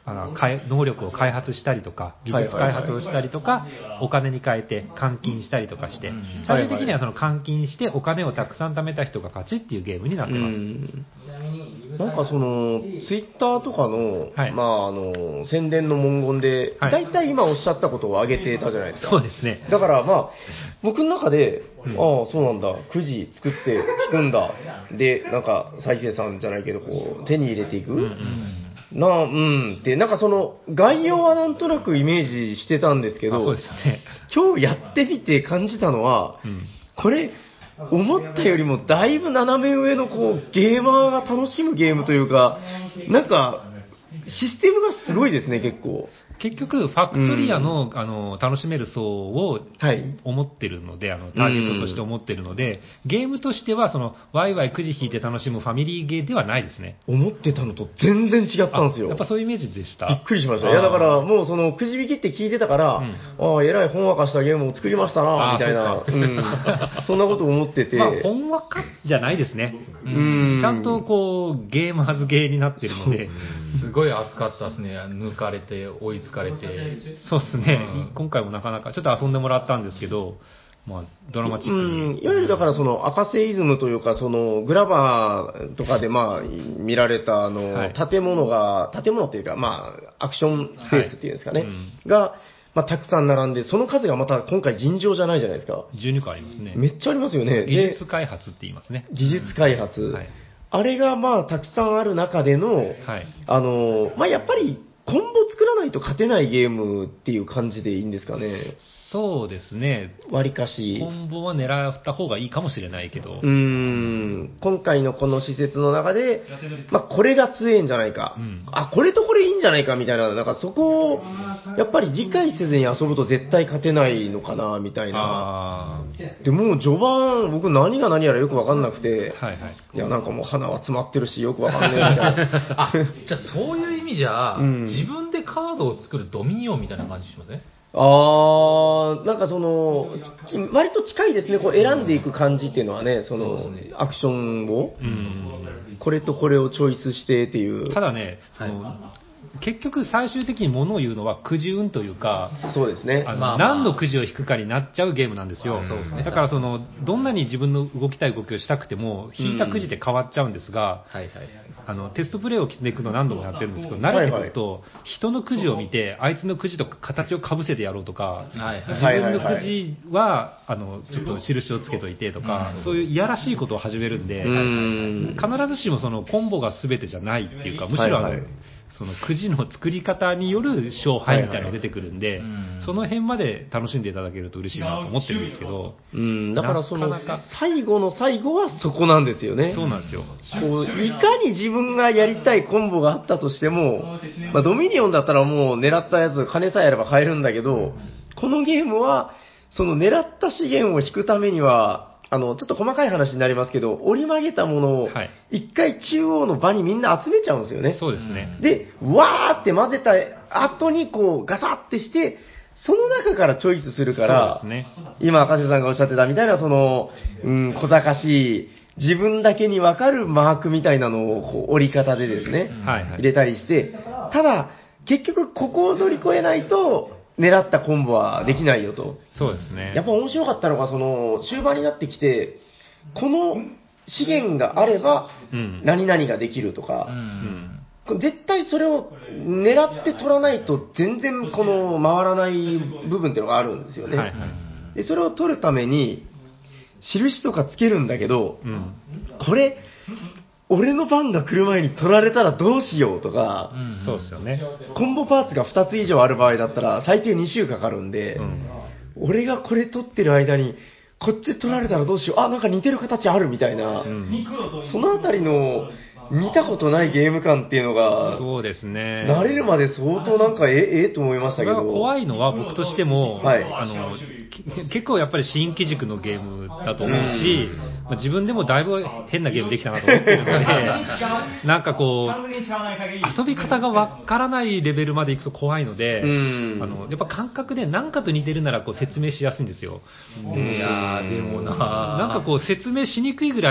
能力を開発したりとか、技術開発をしたりとか、お金に変えて換金したりとかして、最終的にはその換金してお金をたくさん貯めた人が勝ちっていうゲームになってます。 なんかその、ツイッターとかの、宣伝の文言で、大体今おっしゃったことを挙げてたじゃないですか。 そうですね。 だから僕の中で、ああ、そうなんだ、くじ作って引くんだ。で、なんか、再生さんじゃないけど、こう、手に入れていく。って、なんかその、概要はなんとなくイメージしてたんですけど、 そうですね。 今日やってみて感じたのは、これ、思ったよりもだいぶ斜め上のこう、ゲーマーが楽しむゲームというか、なんか、システムがすごいですね、結構。 結局、ファクトリアの、楽しめる層を思ってるので、ターゲットとして思ってるので、ゲームとしては、ワイワイくじ引いて楽しむファミリーゲーではないですね。 思ってたのと全然違ったんですよ。 やっぱそういうイメージでした。 びっくりしました。いや、だから、もうその、くじ引きって聞いてたから、えらいほんわかしたゲームを作りましたな、みたいな。そんなこと思ってて。 ほんわかじゃないですね。ちゃんとこう、ゲーマーズゲーになってるので。 すごい熱かったですね。抜かれて、追いつかれて。 そうですね、今回もなかなか、ちょっと遊んでもらったんですけど、ドラマチックに。 いわゆるだからその赤セイズムというか、そのグラバーとかで見られた建物っていうか、アクションスペースっていうんですかね、が、たくさん並んで、その数がまた今回尋常じゃないじゃないですか。 12個ありますね。 めっちゃありますよね。 技術開発って言いますね。 技術開発。あれがたくさんある中での、やっぱり、コンボ作らないと勝てないゲームっていう感じでいいんですかね。 そうですね。 割かし。 コンボは狙った方がいいかもしれないけど。 今回のこの施設の中で、これが強いんじゃないか。これとこれいいんじゃないかみたいな、なんかそこを、やっぱり理解せずに遊ぶと絶対勝てないのかな、みたいな。で、もう序盤、僕何が何やらよくわかんなくて、いや、なんかもう花は詰まってるし、よくわかんねえみたいな。 じゃあそういう意味じゃ、自分でカードを作るドミニオンみたいな感じしますね。 なんかその、割と近いですね、こう選んでいく感じっていうのはね、アクションを、これとこれをチョイスしてっていう。 ただね、結局最終的に物を言うのはくじ運というか、 そうですね。 何のくじを引くかになっちゃうゲームなんですよ。だからどんなに自分の動きたい動きをしたくても、引いたくじで変わっちゃうんですが、テストプレイをしていくの何度もやってるんですけど、慣れてくると、人のくじを見て、あいつのくじと形をかぶせてやろうとか、自分のくじは、ちょっと印をつけといてとか、そういういやらしいことを始めるんで、必ずしもコンボが全てじゃないっていうか、むしろそのくじの作り方による勝敗みたいなのが出てくるんで、その辺まで楽しんでいただけると嬉しいなと思ってるんですけど、 だから最後の最後はそこなんですよね。 そうなんですよ。 いかに自分がやりたいコンボがあったとしても、ドミニオンだったらもう狙ったやつ金さえあれば買えるんだけど、このゲームはその狙った資源を引くためには、ちょっと細かい話になりますけど、折り曲げたものを、一回中央の場にみんな集めちゃうんですよね。 そうですね。 で、わーって混ぜた後にこう、ガサってして、その中からチョイスするから、 そうですね、 今、赤瀬さんがおっしゃってたみたいな、小賢しい、自分だけにわかるマークみたいなのをこう折り方でですね、入れたりして、ただ、結局ここを乗り越えないと、狙ったコンボはできないよと。 そうですね。 やっぱ面白かったのが、終盤になってきて、この資源があれば、何々ができるとか、絶対それを狙って取らないと、全然回らない部分っていうのがあるんですよね。でそれを取るために、印とかつけるんだけど、これ、俺の番が来る前に取られたらどうしようとか、 そうですよね。 コンボパーツが2つ以上ある場合だったら最低2週かかるんで、俺がこれ取ってる間にこっち取られたらどうしよう、なんか似てる形あるみたいな、そのあたりの見たことないゲーム感っていうのが、 そうですね。 慣れるまで相当なんかと思いましたけど。 怖いのは僕としても、結構やっぱり新機軸のゲームだと思うし、自分でもだいぶ変なゲームできたなと思ってるので、なんか遊び方がわからないレベルまでいくと怖いので、やっぱ感覚で何かと似てるなら説明しやすいんですよ。 いやー、でもなんか説明しにくいぐらい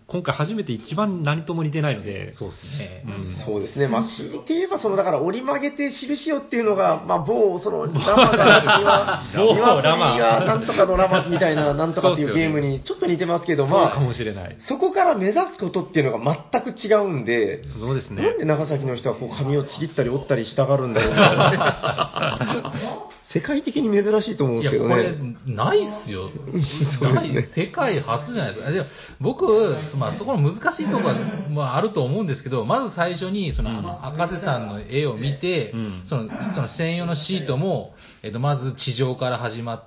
今回初めて一番何とも似てないので。 そうですね。 そうですね。まあ、強いて言えば、だから折り曲げて印をっていうのが、まあ、某、ラマが、鶏がなんとかのラマみたいな、なんとかっていうゲームにちょっと似てますけど、まあ、 そうかもしれない。 そこから目指すことっていうのが全く違うんで、 そうですね。 なんで長崎の人はこう髪をちぎったり折ったりしたがるんだろうな。世界的に珍しいと思うんですけどね。 いや、これ、ないっすよ。世界初じゃないですか。で僕、まあ、そこの難しいところはあると思うんですけど、まず最初に、赤瀬さんの絵を見て、その専用のシートも、まず地上から始まって、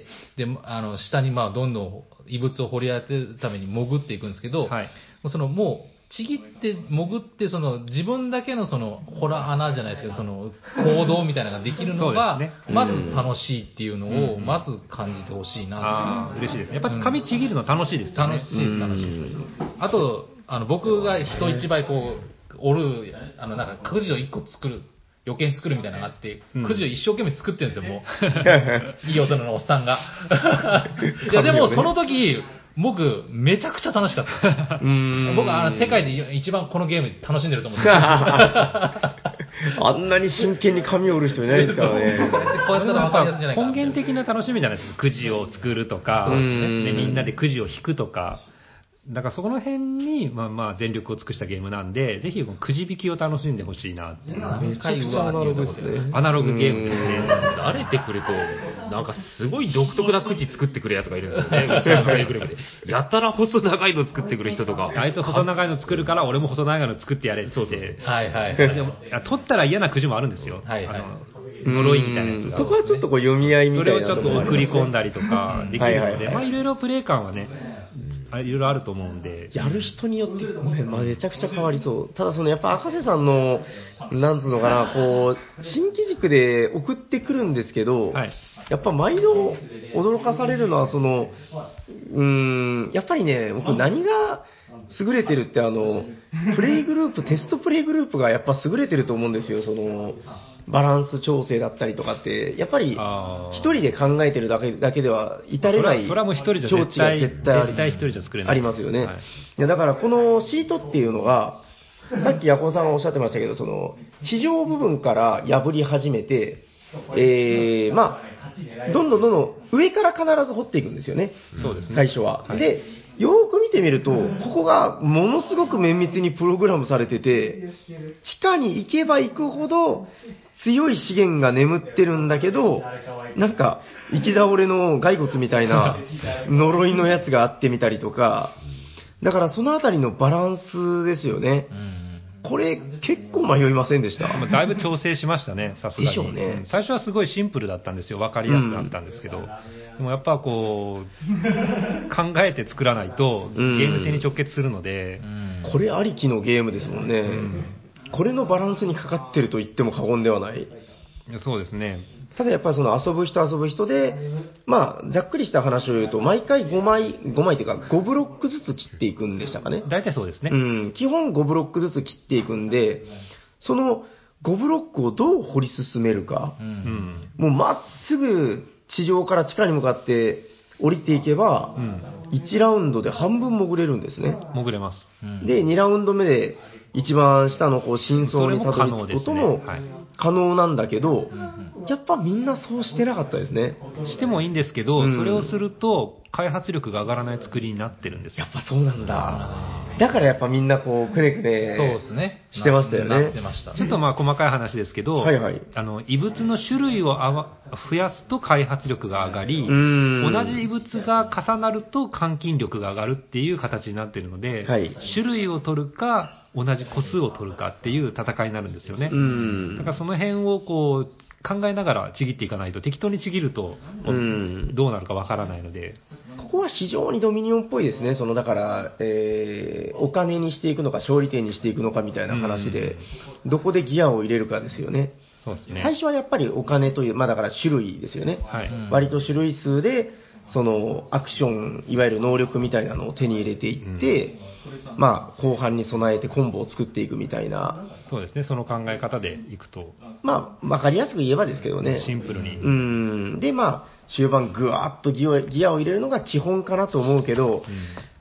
で、下にまあ、どんどん異物を掘り当てるために潜っていくんですけど、はい、もう、ちぎって潜って自分だけのホラー穴じゃないですけど行動みたいなのができるのが、ね、まず楽しいっていうのをまず感じてほしいな嬉しいですね。やっぱり髪ちぎるの楽しいですよね。 楽しいです。あと僕が人一倍こう折るなんかくじを1個作る余計に作るみたいなのがあって、くじを一生懸命作ってるんですよ、もう。いい大人のおっさんが。いや、でもその時、僕、めちゃくちゃ楽しかったです。僕は世界で一番このゲーム楽しんでると思ってあんなに真剣に髪を折る人いないですからね。 こうやったら分かりやすいんじゃないかな。根源的な楽しみじゃないですか。くじを作るとか、ね、みんなでくじを引くとか。だからそこの辺に、まあ全力を尽くしたゲームなんで、ぜひくじ引きを楽しんでほしいなっていう。 めちゃくちゃアナログですね。 アナログゲームですね。 慣れてくると、なんかすごい独特なくじ作ってくるやつがいるんですよね。うちのグループで。やたら細長いの作ってくる人とか。 あいつ細長いの作るから俺も細長いの作ってやれって。 そうそう。 はいはい。 でも、取ったら嫌なくじもあるんですよ。はいはい。呪いみたいなやつが。 そこはちょっとこう読み合いみたいな。 それをちょっと送り込んだりとかできるので、まあいろいろプレイ感はね、いろいろあると思うんで。 やる人によって、まあ、めちゃくちゃ変わりそう。ただやっぱ赤瀬さんの、なんつうのかな、こう、新機軸で送ってくるんですけど、はい、やっぱ毎度驚かされるのは、やっぱりね、僕何が優れてるって、プレイグループ、テストプレイグループがやっぱ優れてると思うんですよ、バランス調整だったりとかって、やっぱり一人で考えてるだけでは至れないそれはもう一人じゃ絶対一人じゃ作れない。 ありますよね。はい、いやだからこのシートっていうのが、さっきヤコウさんがおっしゃってましたけど、地上部分から破り始めて、まあ、どんどん上から必ず掘っていくんですよね。 そうですね。 最初は。はい、で、よーく見てみると、ここがものすごく綿密にプログラムされてて、地下に行けば行くほど強い資源が眠ってるんだけど、なんか、行き倒れの骸骨みたいな呪いのやつがあってみたりとか、だからそのあたりのバランスですよね。これ結構迷いませんでした。 だいぶ調整しましたね、さすがに。 でしょうね。 最初はすごいシンプルだったんですよ。わかりやすくなったんですけど。でもやっぱこう、考えて作らないとゲーム性に直結するので。 これありきのゲームですもんね。これのバランスにかかってると言っても過言ではない。 そうですね。 ただやっぱり遊ぶ人で、まあ、ざっくりした話を言うと、毎回5枚というか5ブロックずつ切っていくんでしたかね。 大体そうですね。 基本5ブロックずつ切っていくんで、その5ブロックをどう掘り進めるか、もうまっすぐ地上から地下に向かって降りていけば、1ラウンドで半分潜れるんですね。 潜れます。 で、2ラウンド目で一番下の真相にたどり着くことも可能なんだけど、やっぱみんなそうしてなかったですね。 してもいいんですけど、それをすると開発力が上がらない作りになってるんですよ。 やっぱそうなんだ。だからやっぱみんなこうくねくねそうですね。 してましたよね。 ちょっとまあ細かい話ですけど、異物の種類を増やすと開発力が上がり、同じ異物が重なると換金力が上がるっていう形になってるので、種類を取るか同じ個数を取るかっていう戦いになるんですよね。だからその辺をこう考えながらちぎっていかないと、適当にちぎるとどうなるかわからないので、 ここは非常にドミニオンっぽいですね。だから、お金にしていくのか勝利点にしていくのかみたいな話で、どこでギアを入れるかですよね。 そうですね。 最初はやっぱりお金という、まあだから種類ですよね。割と種類数でアクション、いわゆる能力みたいなのを手に入れていって、まあ後半に備えてコンボを作っていくみたいな。 そうですね。その考え方でいくと、 まあわかりやすく言えばですけどね。 シンプルに。 でまあ終盤ぐわーっとギアを入れるのが基本かなと思うけど、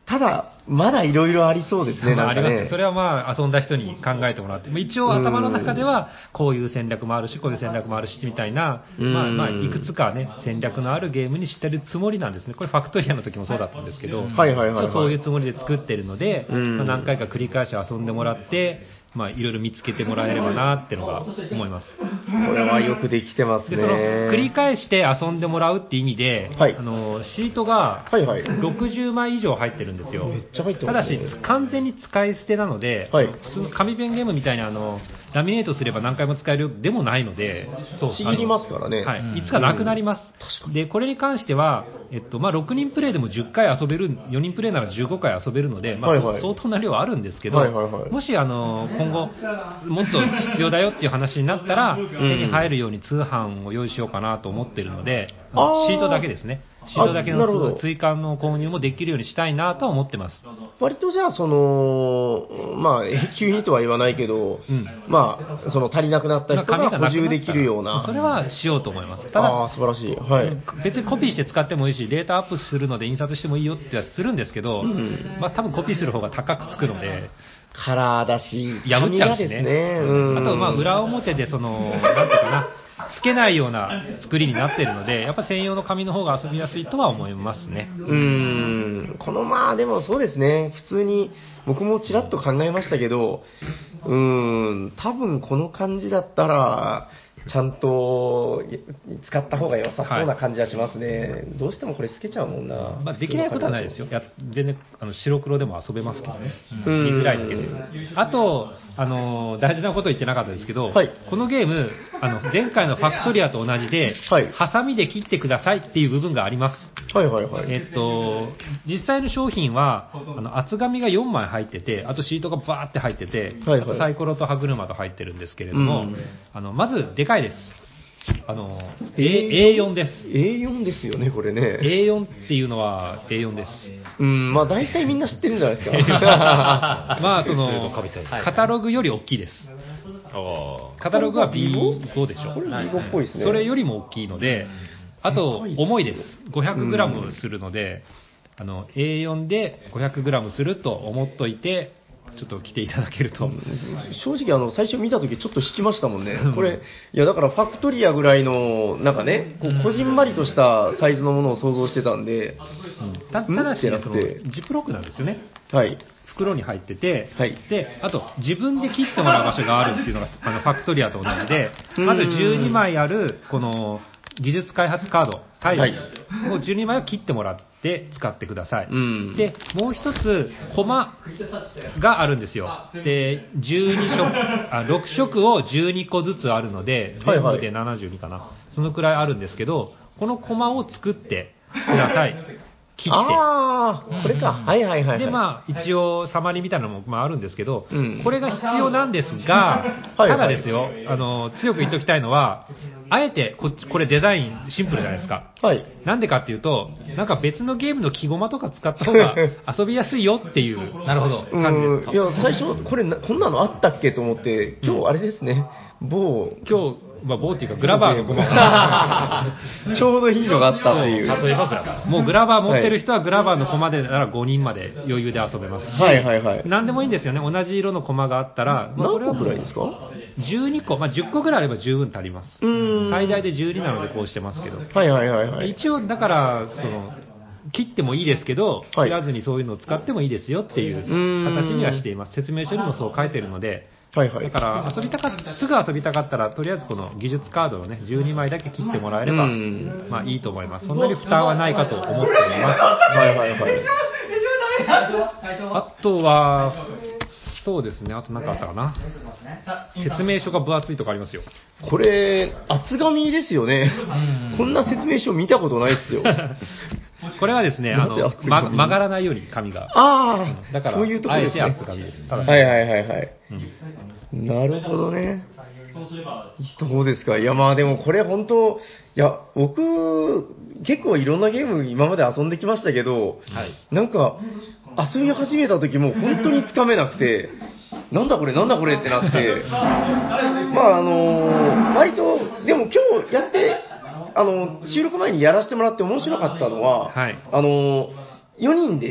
ただ、まだいろいろありそうですね、なんかね。 あります。それはまあ、遊んだ人に考えてもらって、一応頭の中では、こういう戦略もあるし、こういう戦略もあるし、みたいな、まあ、いくつかね、戦略のあるゲームにしてるつもりなんですね。これ、ファクトリアの時もそうだったんですけど、そういうつもりで作ってるので、まあ、何回か繰り返し遊んでもらって、まあ、いろいろ見つけてもらえればなってのが思います。 これはよくできてますね。 で、その、繰り返して遊んでもらうって意味で、シートが60枚以上入ってるんですよ。 めっちゃ入ってますね。 ただし、完全に使い捨てなので、普通の紙ペンゲームみたいにラミネートすれば何回も使えるよでもないので、 ちぎりますからね。 はい。いつかなくなります。で、これに関しては、まあ、6人プレイでも10回遊べる、4人プレイなら15回遊べるので、まあ、相当な量あるんですけど、もし、今後、もっと必要だよっていう話になったら、手に入るように通販を用意しようかなと思ってるので、シートだけですね。シートだけの追加の購入もできるようにしたいなとは思ってます。 割とじゃあ、まあ、急にとは言わないけど、まあ、足りなくなった人が補充できるような。 それはしようと思います。ただ、 素晴らしい。はい。 別にコピーして使ってもいいし、データアップするので印刷してもいいよってはするんですけど、まあ多分コピーする方が高くつくので、 カラーだし、 破っちゃうしね。あと、まあ裏表でなんていうかな、つけないような作りになっているので、やっぱ専用の紙の方が遊びやすいとは思いますね。 まあでもそうですね、普通に僕もちらっと考えましたけど、多分この感じだったら、ちゃんと使った方が良さそうな感じはしますね。どうしてもこれ透けちゃうもんな。 まあ、できないことはないですよ。全然白黒でも遊べますけどね。見づらいだけで。あと、大事なこと言ってなかったですけど、このゲーム、前回のファクトリアと同じで、ハサミで切ってくださいっていう部分があります。実際の商品は、厚紙が4枚入ってて、あとシートがバーって入ってて、あとサイコロと歯車が入ってるんですけれども、まずでかいです。A4 です。 A4 ですよね、これね。 A4 っていうのは A4 です。 まあ大体みんな知ってるんじゃないですか。 まあカタログより大きいです。カタログは B5 でしょ。 これ B5 っぽいですね。 それよりも大きいので、あと重いです。500g するので、A4 で 500g すると思っといて、ちょっと来ていただけると。 正直最初見たときちょっと引きましたもんね。これ、いやだからファクトリアぐらいの、なんかね、こじんまりとしたサイズのものを想像してたんで、 ただし、ジップロックなんですよね。 はい。 袋に入ってて、で、あと自分で切ってもらう場所があるっていうのが、ファクトリアと同じで、まず12枚ある、この、技術開発カード、タイルを12枚を切ってもらって使ってください。で、もう一つ、コマがあるんですよ。で、6色を12個ずつあるので、全部で72かな。そのくらいあるんですけど、このコマを作ってください。切って。 これか。 で、まあ、一応、サマリーみたいなのも、まあ、あるんですけど、これが必要なんですが、ただですよ、強く言っておきたいのは、あえてこれデザインシンプルじゃないですか。なんでかっていうと、なんか別のゲームの木駒とか使った方が遊びやすいよっていう、なるほど、感じです。 いや、最初、こんなのあったっけと思って、今日あれですね、 棒っていうかグラバーの駒がちょうどいいのがあったという。 例えばグラバー。もうグラバー持ってる人はグラバーの駒でなら5人まで余裕で遊べますし、何でもいいんですよね。同じ色の駒があったら、 何個ぐらいですか ？12個、まあ10個ぐらいあれば十分足ります。最大で12なのでこうしてますけど。一応だから切ってもいいですけど、切らずにそういうのを使ってもいいですよっていう形にはしています。説明書にもそう書いてるので。だからすぐ遊びたかったら、とりあえずこの技術カードをね、12枚だけ切ってもらえれば、まあいいと思います。そんなに負担はないかと思っております。あとは、そうですね、あと何かあったかな。説明書が分厚いとかありますよ。 これ、厚紙ですよね。こんな説明書見たことないっすよ。 これはですね、曲がらないように紙が。だから、 そういうところですね。 あえて厚紙です。 なるほどね。どうですか。いや、まあでもこれ本当、いや、僕、結構いろんなゲーム今まで遊んできましたけど、なんか、遊び始めた時も本当につかめなくて、なんだこれってなって、まあ割と、でも今日やって、収録前にやらせてもらって面白かったのは、4人で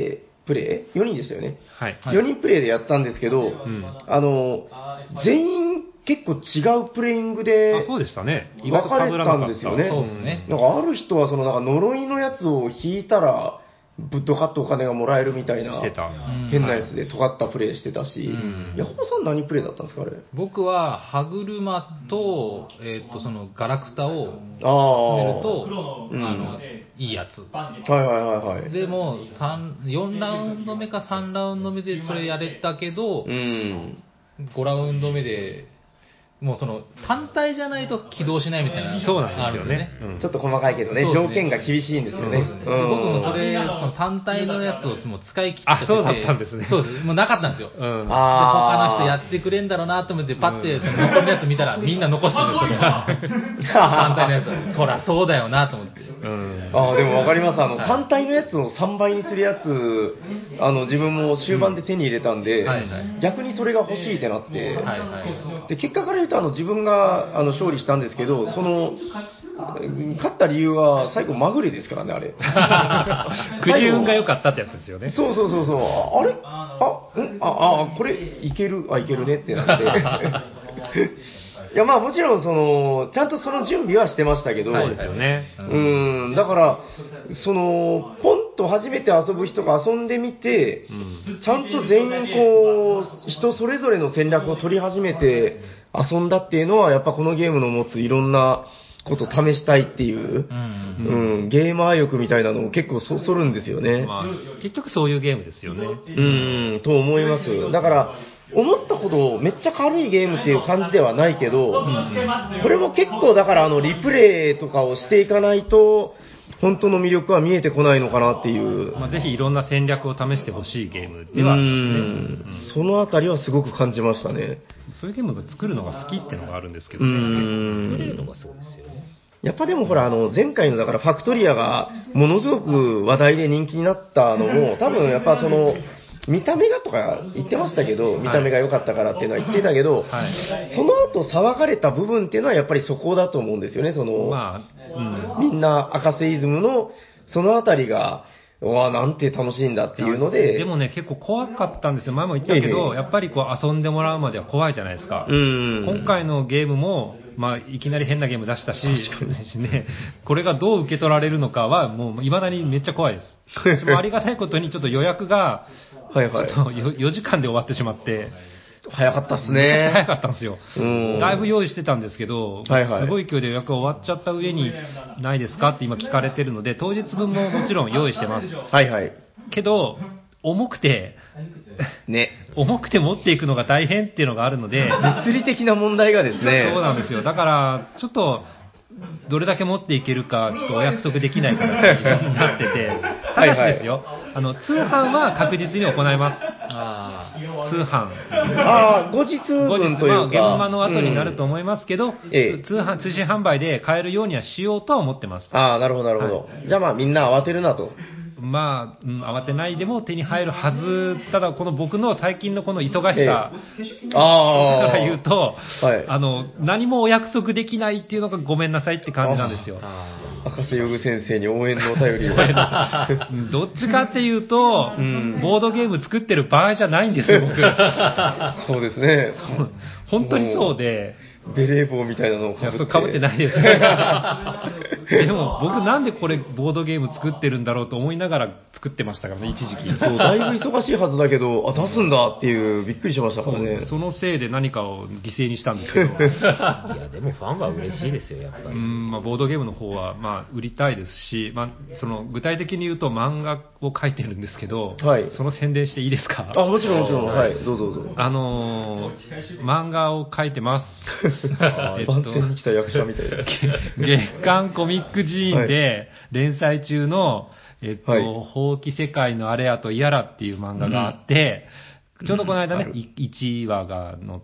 プレイ ?4 人でしたよね。 はい。 4人プレイでやったんですけど、全員結構違うプレイングで、 そうでしたね。 分かれたんですよね。 そうですね。 なんかある人はなんか呪いのやつを引いたら、ぶっとかっとお金がもらえるみたいな、変なやつで尖ったプレイしてたし、ヤホーさん何プレイだったんですか、あれ。 僕は歯車と、そのガラクタを集めると、いいやつ。でも、4ラウンド目か3ラウンド目でそれやれたけど、5ラウンド目で、もう単体じゃないと起動しないみたいな。 そうなんですよね。 ちょっと細かいけどね、条件が厳しいんですよね。 僕も単体のやつをもう使い切ってて。 そうだったんですね。 そうです。もうなかったんですよ。で、他の人やってくれんだろうなと思って、パッて残りのやつ見たらみんな残してるんですよ。単体のやつ。そりゃそうだよなと思って。 でもわかります。単体のやつを3倍にするやつ、自分も終盤で手に入れたんで、逆にそれが欲しいってなって、で、結果から言うと自分が勝利したんですけど、勝った理由は最後まぐれですからね、あれ。 くじ運が良かったってやつですよね。 そう。あれこれいけるねってなって。いや、まあもちろんちゃんとその準備はしてましたけど、 そうですよね。 だから、ポンと初めて遊ぶ人が遊んでみて、ちゃんと全員人それぞれの戦略を取り始めて遊んだっていうのは、やっぱこのゲームの持ついろんなことを試したいっていう、ゲーマー欲みたいなのを結構そるんですよね。 結局そういうゲームですよね。 と思います。だから、思ったほどめっちゃ軽いゲームっていう感じではないけど、これも結構だからリプレイとかをしていかないと、本当の魅力は見えてこないのかなっていう。 ぜひいろんな戦略を試してほしいゲームではありますね。 そのあたりはすごく感じましたね。 そういうゲームが作るのが好きっていうのがあるんですけどね。作れるのがすごいですよね。 やっぱでもほら、前回のだからファクトリアがものすごく話題で人気になったのも、多分やっぱ見た目がとか言ってましたけど、見た目が良かったからっていうのは言ってたけど、その後騒がれた部分っていうのはやっぱりそこだと思うんですよね。みんな赤セイズムのそのあたりが、なんて楽しいんだっていうので。 でもね、結構怖かったんですよ。前も言ったけど、やっぱり遊んでもらうまでは怖いじゃないですか。今回のゲームも、いきなり変なゲーム出したし、ね、これがどう受け取られるのかは、もう未だにめっちゃ怖いです。でもありがたいことにちょっと予約が、ちょっと4時間で終わってしまって、 早かったっすね。 めちゃくちゃ早かったんですよ。だいぶ用意してたんですけど、すごい勢いで予約が終わっちゃった上に、ないですかって今聞かれてるので、当日分ももちろん用意してます。けど、重くて持っていくのが大変っていうのがあるので、 物理的な問題がですね。 そうなんですよ。だから、ちょっと、どれだけ持っていけるか、ちょっとお約束できない形になってて、ただしですよ、通販は確実に行います。通販。 後日分というか。 現場の後になると思いますけど、通信販売で買えるようにはしようとは思ってます。 なるほど。じゃあみんな慌てるなと。 慌てないでも手に入るはず。ただ、この僕の最近のこの忙しさから言うと、何もお約束できないっていうのがごめんなさいって感じなんですよ。 赤瀬ヨグ先生に応援のお便りを。 どっちかっていうと、ボードゲーム作ってる場合じゃないんですよ、僕。 そうですね。 本当にそうで。 ベレー帽みたいなのをかぶって。 かぶってないです。でも僕なんでこれボードゲーム作ってるんだろうと思いながら作ってましたからね、一時期。 そう、だいぶ忙しいはずだけど、出すんだっていうびっくりしましたからね。 そのせいで何かを犠牲にしたんですけど。いや、でもファンは嬉しいですよ、やっぱり。 ボードゲームの方は売りたいですし、具体的に言うと漫画を描いてるんですけど、その宣伝していいですか？ もちろん、はい、どうぞ。 漫画を描いてます。 番宣に来た役者みたいな。 月刊コミック寺院で連載中の、ほうき世界のあれやと嫌らっていう漫画があって、ちょうどこの間ね、1話が載って、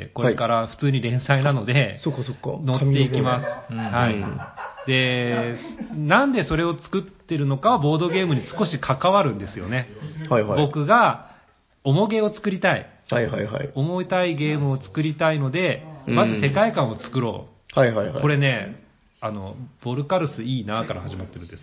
これから普通に連載なので、載っていきます。で、なんでそれを作ってるのかはボードゲームに少し関わるんですよね。僕が、重ゲーを作りたい。重たいゲームを作りたいので、まず世界観を作ろう。これね、ボルカルスいいなから始まってるんですよ。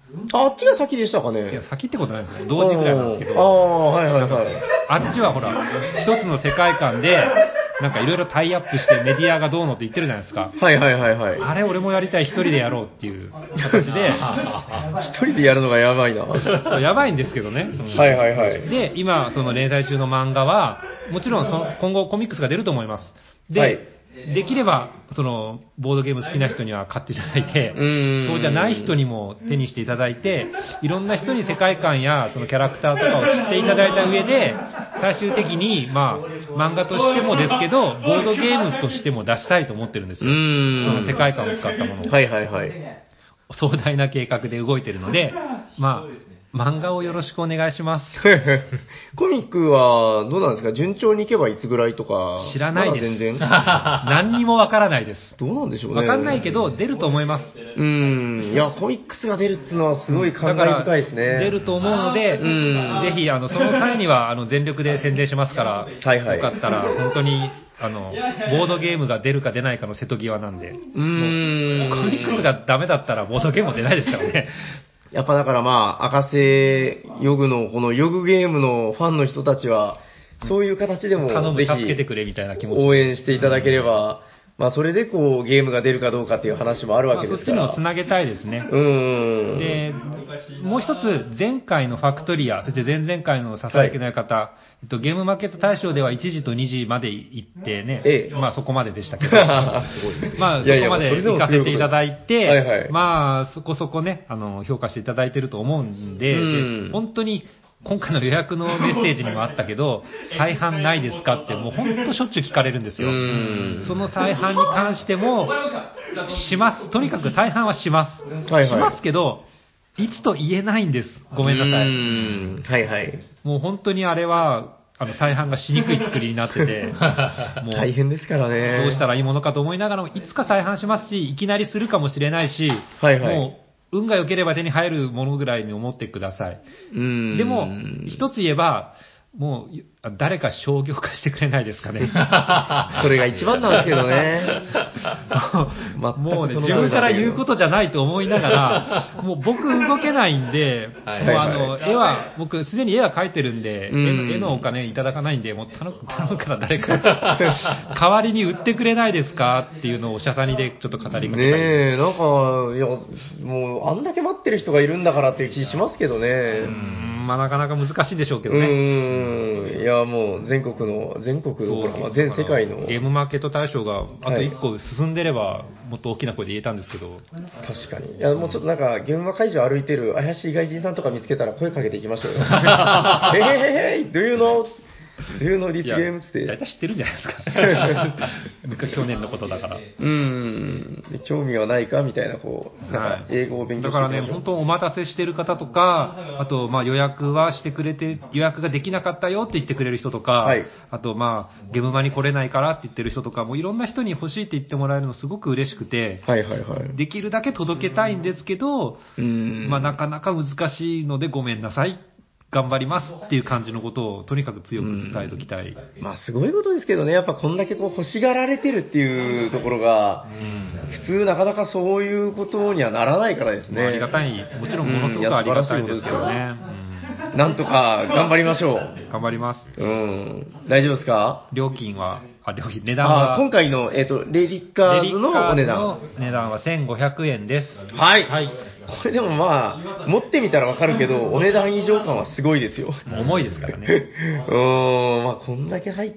あっちが先でしたかね。 いや、先ってことないんですよ。同時ぐらいなんですけど。 はいはいはい。 あっちはほら、一つの世界観で、なんかいろいろタイアップしてメディアがどうのって言ってるじゃないですか。 はいはいはいはい。 あれ俺もやりたい、一人でやろうっていう形で。 一人でやるのがやばいな。 やばいんですけどね。 はいはいはい。 で、今、その連載中の漫画は、もちろん今後コミックスが出ると思います。で、 はい、 できれば、その、ボードゲーム好きな人には買っていただいて、そうじゃない人にも手にしていただいて、いろんな人に世界観やそのキャラクターとかを知っていただいた上で、最終的に、まあ、漫画としてもですけど、ボードゲームとしても出したいと思ってるんですよ。その世界観を使ったものを。 はいはいはい。 壮大な計画で動いてるので、まあ、漫画をよろしくお願いします。 コミックはどうなんですか？順調にいけばいつぐらいとか。 知らないです。 全然。 何にもわからないです。 どうなんでしょうね。 わかんないけど、出ると思います。 いや、コミックスが出るっていうのはすごい感慨深いですね。 出ると思うので、ぜひ、その際には、全力で宣伝しますから、 はいはい、 よかったら、本当に、ボードゲームが出るか出ないかの瀬戸際なんで、コミックスがダメだったらボードゲームも出ないですからね。 やっぱだからまあ、赤瀬ヨグの、このヨグゲームのファンの人たちは、そういう形でもぜひ、 助けてくれみたいな気持ち応援していただければ、まあそれでこう、ゲームが出るかどうかっていう話もあるわけですから。 そっちにもつなげたいですね。で、もう一つ、前回のファクトリア、そして前々回のささやきの館、ゲームマーケット大賞では1時と2時まで行ってね、まあそこまででしたけど、まあそこまで行かせていただいて、まあそこそこね、評価していただいてると思うんで、本当に今回の予約のメッセージにもあったけど、再販ないですかってもう本当しょっちゅう聞かれるんですよ。その再販に関しても、します。とにかく再販はします。しますけど、いつと言えないんです。ごめんなさい。 はいはい。 もう本当にあれは、再販がしにくい作りになってて、 もう大変ですからね。 どうしたらいいものかと思いながらも、いつか再販しますし、いきなりするかもしれないし、もう、運が良ければ手に入るものぐらいに思ってください。でも、一つ言えば、もう、誰か商業化してくれないですかね。 それが一番なんですけどね。 もうね、自分から言うことじゃないと思いながら、もう僕動けないんで、もう絵は、僕すでに絵は描いてるんで、絵のお金いただかないんで、もう頼むから誰か、代わりに売ってくれないですかっていうのをおしゃさにでちょっと語りかけたい。 ねえ、なんか、いや、もうあんだけ待ってる人がいるんだからっていう気しますけどね。 まあなかなか難しいんでしょうけどね。 いや、もう全国どころか全世界の。 ゲームマーケット大賞があと1個進んでれば、もっと大きな声で言えたんですけど。 確かに。いや、もうちょっとなんか、現場会場歩いてる怪しい外人さんとか見つけたら声かけていきましょうよ。do you know this game? って。 大体知ってるんじゃないですか。去年のことだから。 興味はないかみたいな、こう、なんか英語を勉強してだからね、本当お待たせしてる方とか、あと、まあ予約はしてくれて、予約ができなかったよって言ってくれる人とか、あと、まあ、ゲームマに来れないからって言ってる人とか、もういろんな人に欲しいって言ってもらえるのすごく嬉しくて、できるだけ届けたいんですけど、まあなかなか難しいのでごめんなさい。頑張りますっていう感じのことをとにかく強く伝えときたい。 まあすごいことですけどね、やっぱこんだけこう欲しがられてるっていうところが、普通なかなかそういうことにはならないからですね。 ありがたい、もちろんものすごくありがたいんですよね。 なんとか頑張りましょう。 頑張ります。 大丈夫ですか？ 料金は、値段は。 今回の、レリカーズのお値段。 の値段は1500円です。 はい。これでもまあ、持ってみたらわかるけど、お値段以上感はすごいですよ。 重いですからね。 まあこんだけ入って、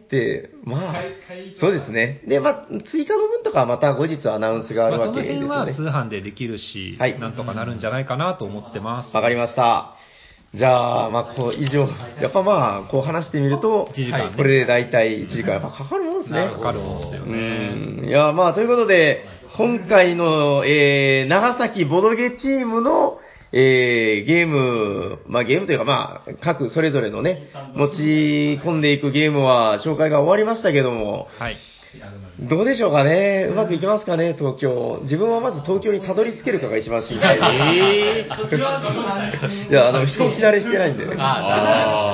まあ、そうですね。で、まあ、追加の分とかはまた後日アナウンスがあるわけですよね。 その辺は通販でできるし、なんとかなるんじゃないかなと思ってます。 わかりました。じゃあ、まあ、こう、以上、やっぱまあ、こう話してみると、 1時間、 これで大体1時間、やっぱかかるもんですね。 かかるもんですよね。 いや、まあ、ということで、今回の、長崎ボドゲチームの、ゲームというかまあ、各それぞれのね、持ち込んでいくゲームは紹介が終わりましたけども、どうでしょうかね、うまくいきますかね、東京。自分はまず東京にたどり着けるかが一番心配で。いや、飛行機慣れしてないんでね。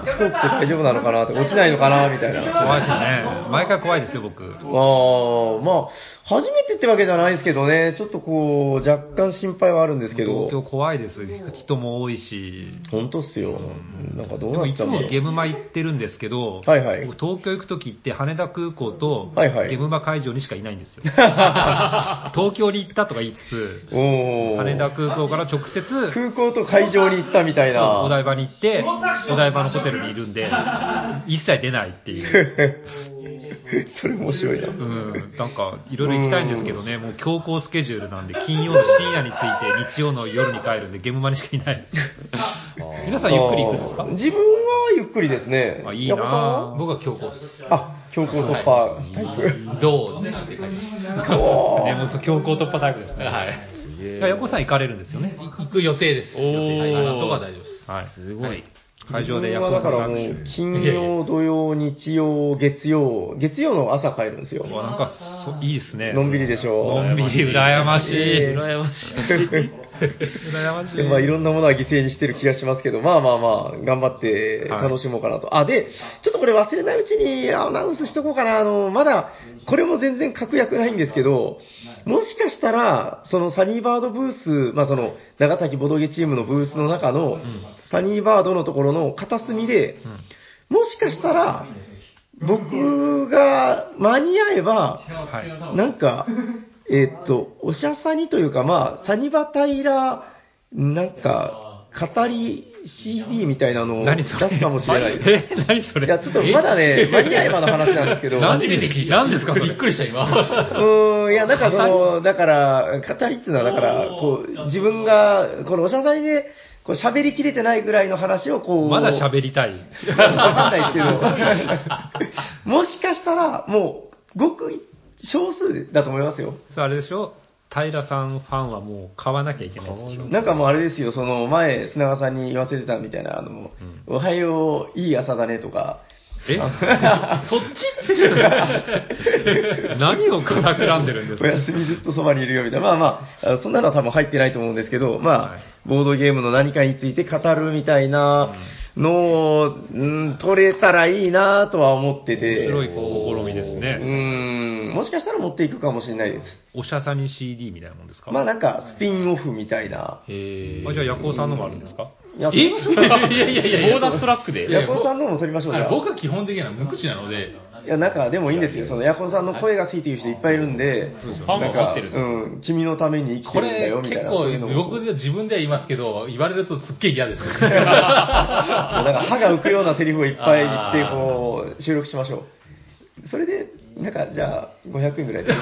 飛行機って大丈夫なのかなって、落ちないのかなみたいな。 怖いですね。毎回怖いですよ、僕。 まあ、初めてってわけじゃないですけどね、ちょっとこう、若干心配はあるんですけど。 東京怖いです。人も多いし。 本当っすよ。なんかどうなっいつちゃうんだろう。 もゲムマ行ってるんですけど、 はいはい。 僕東京行くときって羽田空港とはいはいゲムマ会場にしかいないんですよ。東京に行ったとか言いつつ、羽田空港から直接、 空港と会場に行ったみたいな。 お台場に行って、お台場のホテルにいるんで、一切出ないっていう。 それ面白いな。 なんか、いろいろ行きたいんですけどね、もう強行スケジュールなんで、金曜の深夜に着いて、日曜の夜に帰るんで、ゲムマにしかいない。皆さんゆっくり行くんですか？ 自分はゆっくりですね。 いいなぁ。 僕は強行です。 強行突破タイプ。 どうして帰りました。 もう強行突破タイプですね。はい。横さん行かれるんですよね。 行く予定です。なんとか大丈夫です。 はい。すごい。会場でだからもう、金曜、土曜、日曜、月曜の朝帰るんですよ。 なんか、いいですね。 のんびりでしょ。 のんびり、羨ましい。 羨ましい。 羨ましい。いろんなものは犠牲にしてる気がしますけど、まあ、頑張って楽しもうかなと。で、ちょっとこれ忘れないうちにアナウンスしとこうかな。まだ、これも全然確約ないんですけど、もしかしたら、そのサニーバードブース、その、長崎ボドゲチームのブースの中の、サニーバードのところの片隅で、もしかしたら、僕が間に合えば、なんか、おしゃさにというか、サニバタイラ、なんか、語り CD みたいなのを出すかもしれないです。 何それ？ いや、ちょっとまだね、間に合えばの話なんですけど。 初めて聞いた。何ですかびっくりした今。 いや、なんかだから、語りっていうのは、だから、こう、自分が、このおしゃさにで、こう喋りきれてないぐらいの話をこう。 まだ喋りたい。 わかんないですけど。もしかしたら、もう、ごく少数だと思いますよ。 あれでしょ？平さんファンはもう買わなきゃいけないでしょ。 なんかもうあれですよ、その前、砂川さんに言わせてたみたいな、おはよう、いい朝だねとか。 そっち何を固くらんでるんですか？ お休みずっとそばにいるよみたいな。そんなのは多分入ってないと思うんですけど、ボードゲームの何かについて語るみたいなのを、取れたらいいなとは思ってて。 面白い試みですね。 もしかしたら持っていくかもしれないです。 おしゃさに CD みたいなもんですか？ なんか、スピンオフみたいな。 じゃあ、ヤコウさんのもあるんですか？ いや、ボーナストラックで。 ヤコウさんのも取りましょう。 僕は基本的には無口なので。 いや、なんか、でもいいんですよ。その、ヤコウさんの声が好きっていう人いっぱいいるんで、 なんか、 君のために生きてるんだよ、みたいな。 これ、結構、僕で自分では言いますけど、言われるとすっげえ嫌です。なんか、 歯が浮くようなセリフをいっぱい言って、こう、収録しましょう。それで、なんか、じゃあ、500円ぐらいで。 ち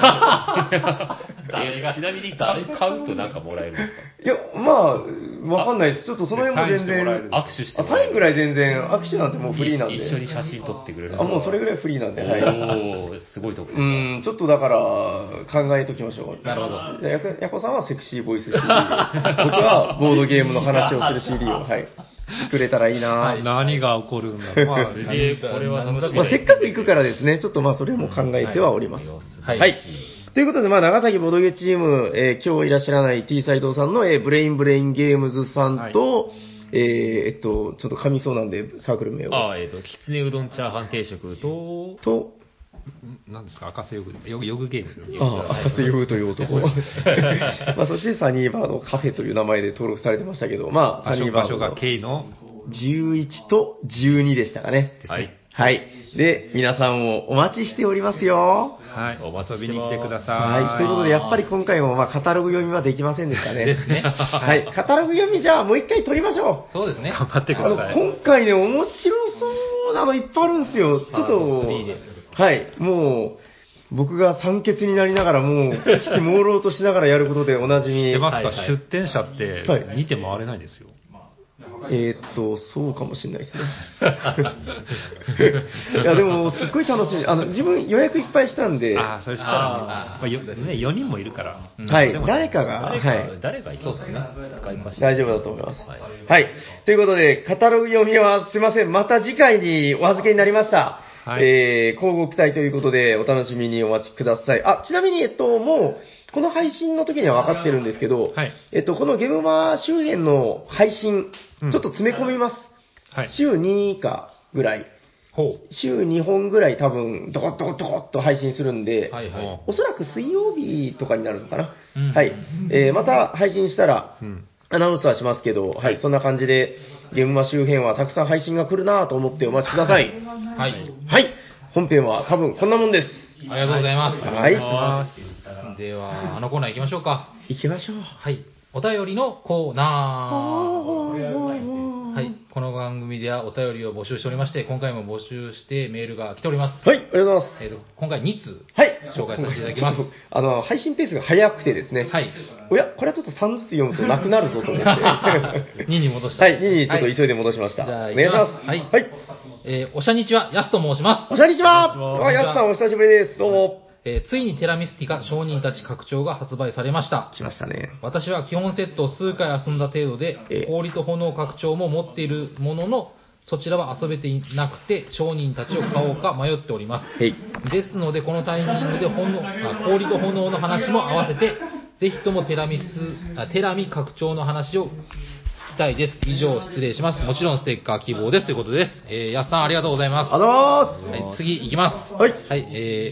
なみに、買うとなんかもらえるんですか？ いや、わかんないです。ちょっとその辺も全然。 握手してもサインぐらい全然、握手なんてもうフリーなんで。 一緒に写真撮ってくれる。 もうそれぐらいフリーなんで、はい。 すごい特典。 ちょっとだから、考えときましょう。 なるほど。 ヤコさんはセクシーボイス CD。僕はボードゲームの話をする CD を、はい。くれたらいいな。 何が起こるんだろう。 これは楽しみ。 せっかく行くからですね、ちょっとそれも考えてはおります。はい。ということで、長崎ボドゲチーム、今日いらっしゃらない T 斎藤さんの、ブレインゲームズさんと、ちょっと噛みそうなんで、サークル名を。 きつねうどんチャーハン定食と、 何ですか、赤瀬ヨグゲーム。 赤瀬ヨグという男。そしてサニーバードカフェという名前で登録されてましたけど、サニーバード場所が K の 11と12でしたかね。 はい。 はい。で、皆さんをお待ちしておりますよ。 はい。遊びに来てください。 はい。ということで、やっぱり今回もカタログ読みはできませんでしたね。 ですね。 はい。カタログ読みじゃあもう一回取りましょう。そうですね。 頑張ってください。 今回ね、面白そうなのいっぱいあるんですよ。ちょっと、はい。もう、僕が酸欠になりながらもう、意識朦朧としながらやることでおなじみ。 出ますか、出店者って見て回れないですよ。 そうかもしれないですね。いや、でも、すっごい楽しみ。自分予約いっぱいしたんで。 それしたらね、4人もいるから。 はい。誰かが、 誰がいそうですね。使いました。 大丈夫だと思います。はい。ということで、カタログ読みはすいません。また次回にお預けになりました。はい、交互期待ということで、お楽しみにお待ちください。ちなみに、もう、この配信の時には分かってるんですけど、このゲームマ周辺の配信、ちょっと詰め込みます。週2かぐらい。週2本ぐらい多分、ドコッドコッドコッと配信するんで、おそらく水曜日とかになるのかな。はい。また配信したら、アナウンスはしますけど、はい、そんな感じで、ゲームマ周辺はたくさん配信が来るなと思ってお待ちください。 はい。 はい。本編は多分こんなもんです。 ありがとうございます。 はい。 では、コーナー行きましょうか。 行きましょう。 はい。お便りのコーナー。はい。この番組ではお便りを募集しておりまして、今回も募集してメールが来ております。 はい、ありがとうございます。 今回2通、 はい、 紹介させていただきます。 配信ペースが早くてですね。 はい。 おや、これはちょっと3ずつ読むとなくなるぞと思って。 2に戻した。 はい、2にちょっと急いで戻しました。 はい、 お願いします。 はい。はい。おしゃにちは、やすと申します。 おしゃにちは。やすさんお久しぶりです。どうも。 ついにテラミスティカ商人たち拡張が発売されました。 来ましたね。 私は基本セットを数回遊んだ程度で、氷と炎拡張も持っているものの、そちらは遊べていなくて、商人たちを買おうか迷っております。ですので、このタイミングで氷と炎の話も合わせて、ぜひともテラミ拡張の話を聞きたいです。以上、失礼します。もちろんステッカー希望です。ということです。やすさんありがとうございます。 ありがとうございます。 はい、次行きます。 はい。 はい、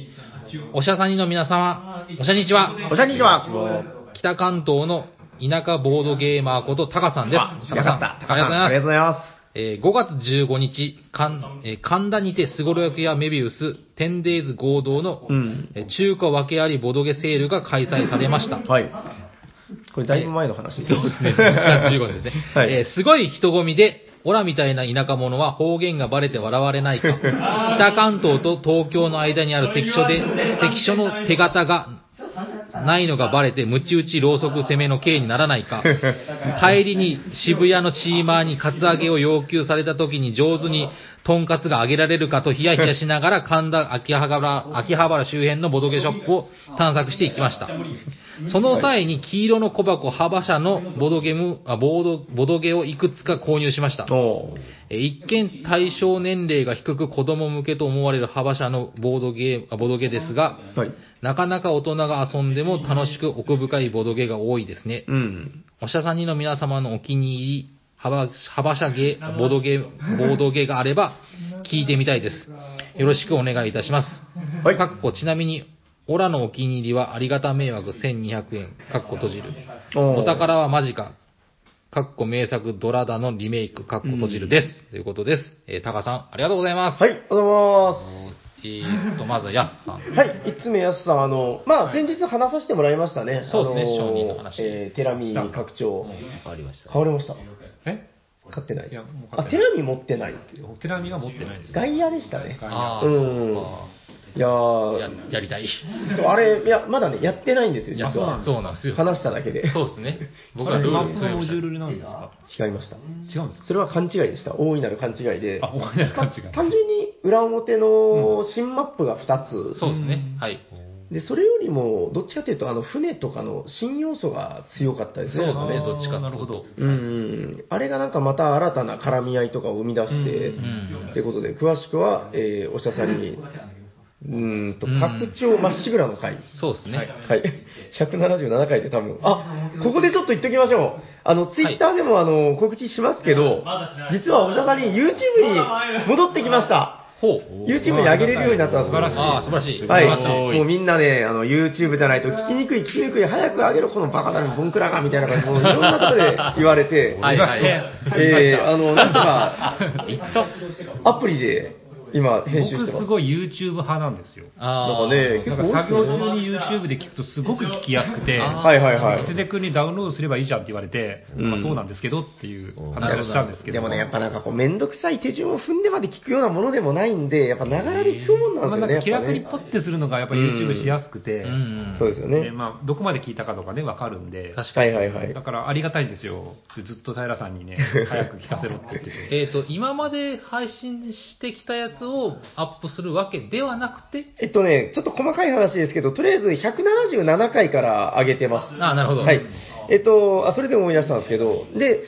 おしゃさにの皆様、おしゃにちは。 おしゃにちは。 北関東の田舎ボードゲーマーことタカさんです。 タカさん。ありがとうございます。ありがとうございます。 5月15日、神田にてスゴロ焼やメビウス、10days 合同の、中華訳ありボドゲセールが開催されました。 はい。これだいぶ前の話です。 そうですね。4月15日ですね。はい。すごい人混みで、オラみたいな田舎者は方言がバレて笑われないか。北関東と東京の間にある関所の手形がないのがバレて、ムチ打ちろうそく攻めの刑にならないか。帰りに渋谷のチーマーにカツアゲを要求された時に上手にトンカツが揚げられるかとヒヤヒヤしながら神田秋葉原周辺のボドゲショップを探索していきました。その際に黄色の小箱幅社のボドゲをいくつか購入しました。一見対象年齢が低く子供向けと思われる幅社のボドゲですが、なかなか大人が遊んでも楽しく奥深いボドゲが多いですね。おしゃさにの皆様のお気に入り幅社ボードゲがあれば聞いてみたいです。よろしくお願いいたします。ちなみにオラのお気に入りはありがた迷惑1200円、閉じる。お宝はマジか。名作ドラダのリメイク、閉じるです。ということです。タカさん、ありがとうございます。 はい、ありがとうございます。 まずはヤスさん。 はい、1つ目ヤスさん、先日話させてもらいましたね。 そうですね、商人の話。 テラミ拡張。 変わりました。 変わりました。買ってない。テラミ持ってない。 テラミが持ってないんです。 外野でしたね。いややりたい。 そう、まだね、やってないんですよ、実は。 そうなんですよ。 話しただけで。 そうですね。 僕はマップのモジュールなんですか？ 違いました。 違うんですか？ それは勘違いでした。大いなる勘違いで。 大いなる勘違い。 単純に裏表の新マップが2つ。 そうですね。はい。 で、それよりも、どっちかというと、船とかの新要素が強かったですね。 そうですね、どっちかというと。 あれがなんかまた新たな絡み合いとかを生み出して、ってことで、詳しくは、おしゃさんに、拡張まっしぐらの回。 そうですね。 はい。177回で多分。ここでちょっと言っときましょう。ツイッターでも告知しますけど、実はおしゃさんに YouTube に戻ってきました。YouTube に上げれるようになったんですよ。 素晴らしい。 はい。もうみんなね、YouTube じゃないと聞きにくい、早く上げろ、このバカだね、ボンクラが、みたいな感じで、もういろんなことで言われて、なんとか、アプリで、今、編集してます。 僕すごい YouTube 派なんですよ。 なんかね、 結構作業中に YouTube で聞くとすごく聞きやすくて、キツネ君にダウンロードすればいいじゃんって言われて、そうなんですけどっていう話をしたんですけど。 でもね、やっぱなんかこう、めんどくさい手順を踏んでまで聞くようなものでもないんで、やっぱながらで聞くもんなんですよね。 気楽にポッてするのがやっぱ YouTube しやすくて、 そうですよね。 どこまで聞いたかとかね、わかるんで。 確かに。 だからありがたいんですよ。ずっと平さんにね、早く聞かせろって言ってて。 今まで配信してきたやつをアップするわけではなくてちょっと細かい話ですけど、とりあえず177回から上げてます。 なるほど。 はい。それで思い出したんですけど、で、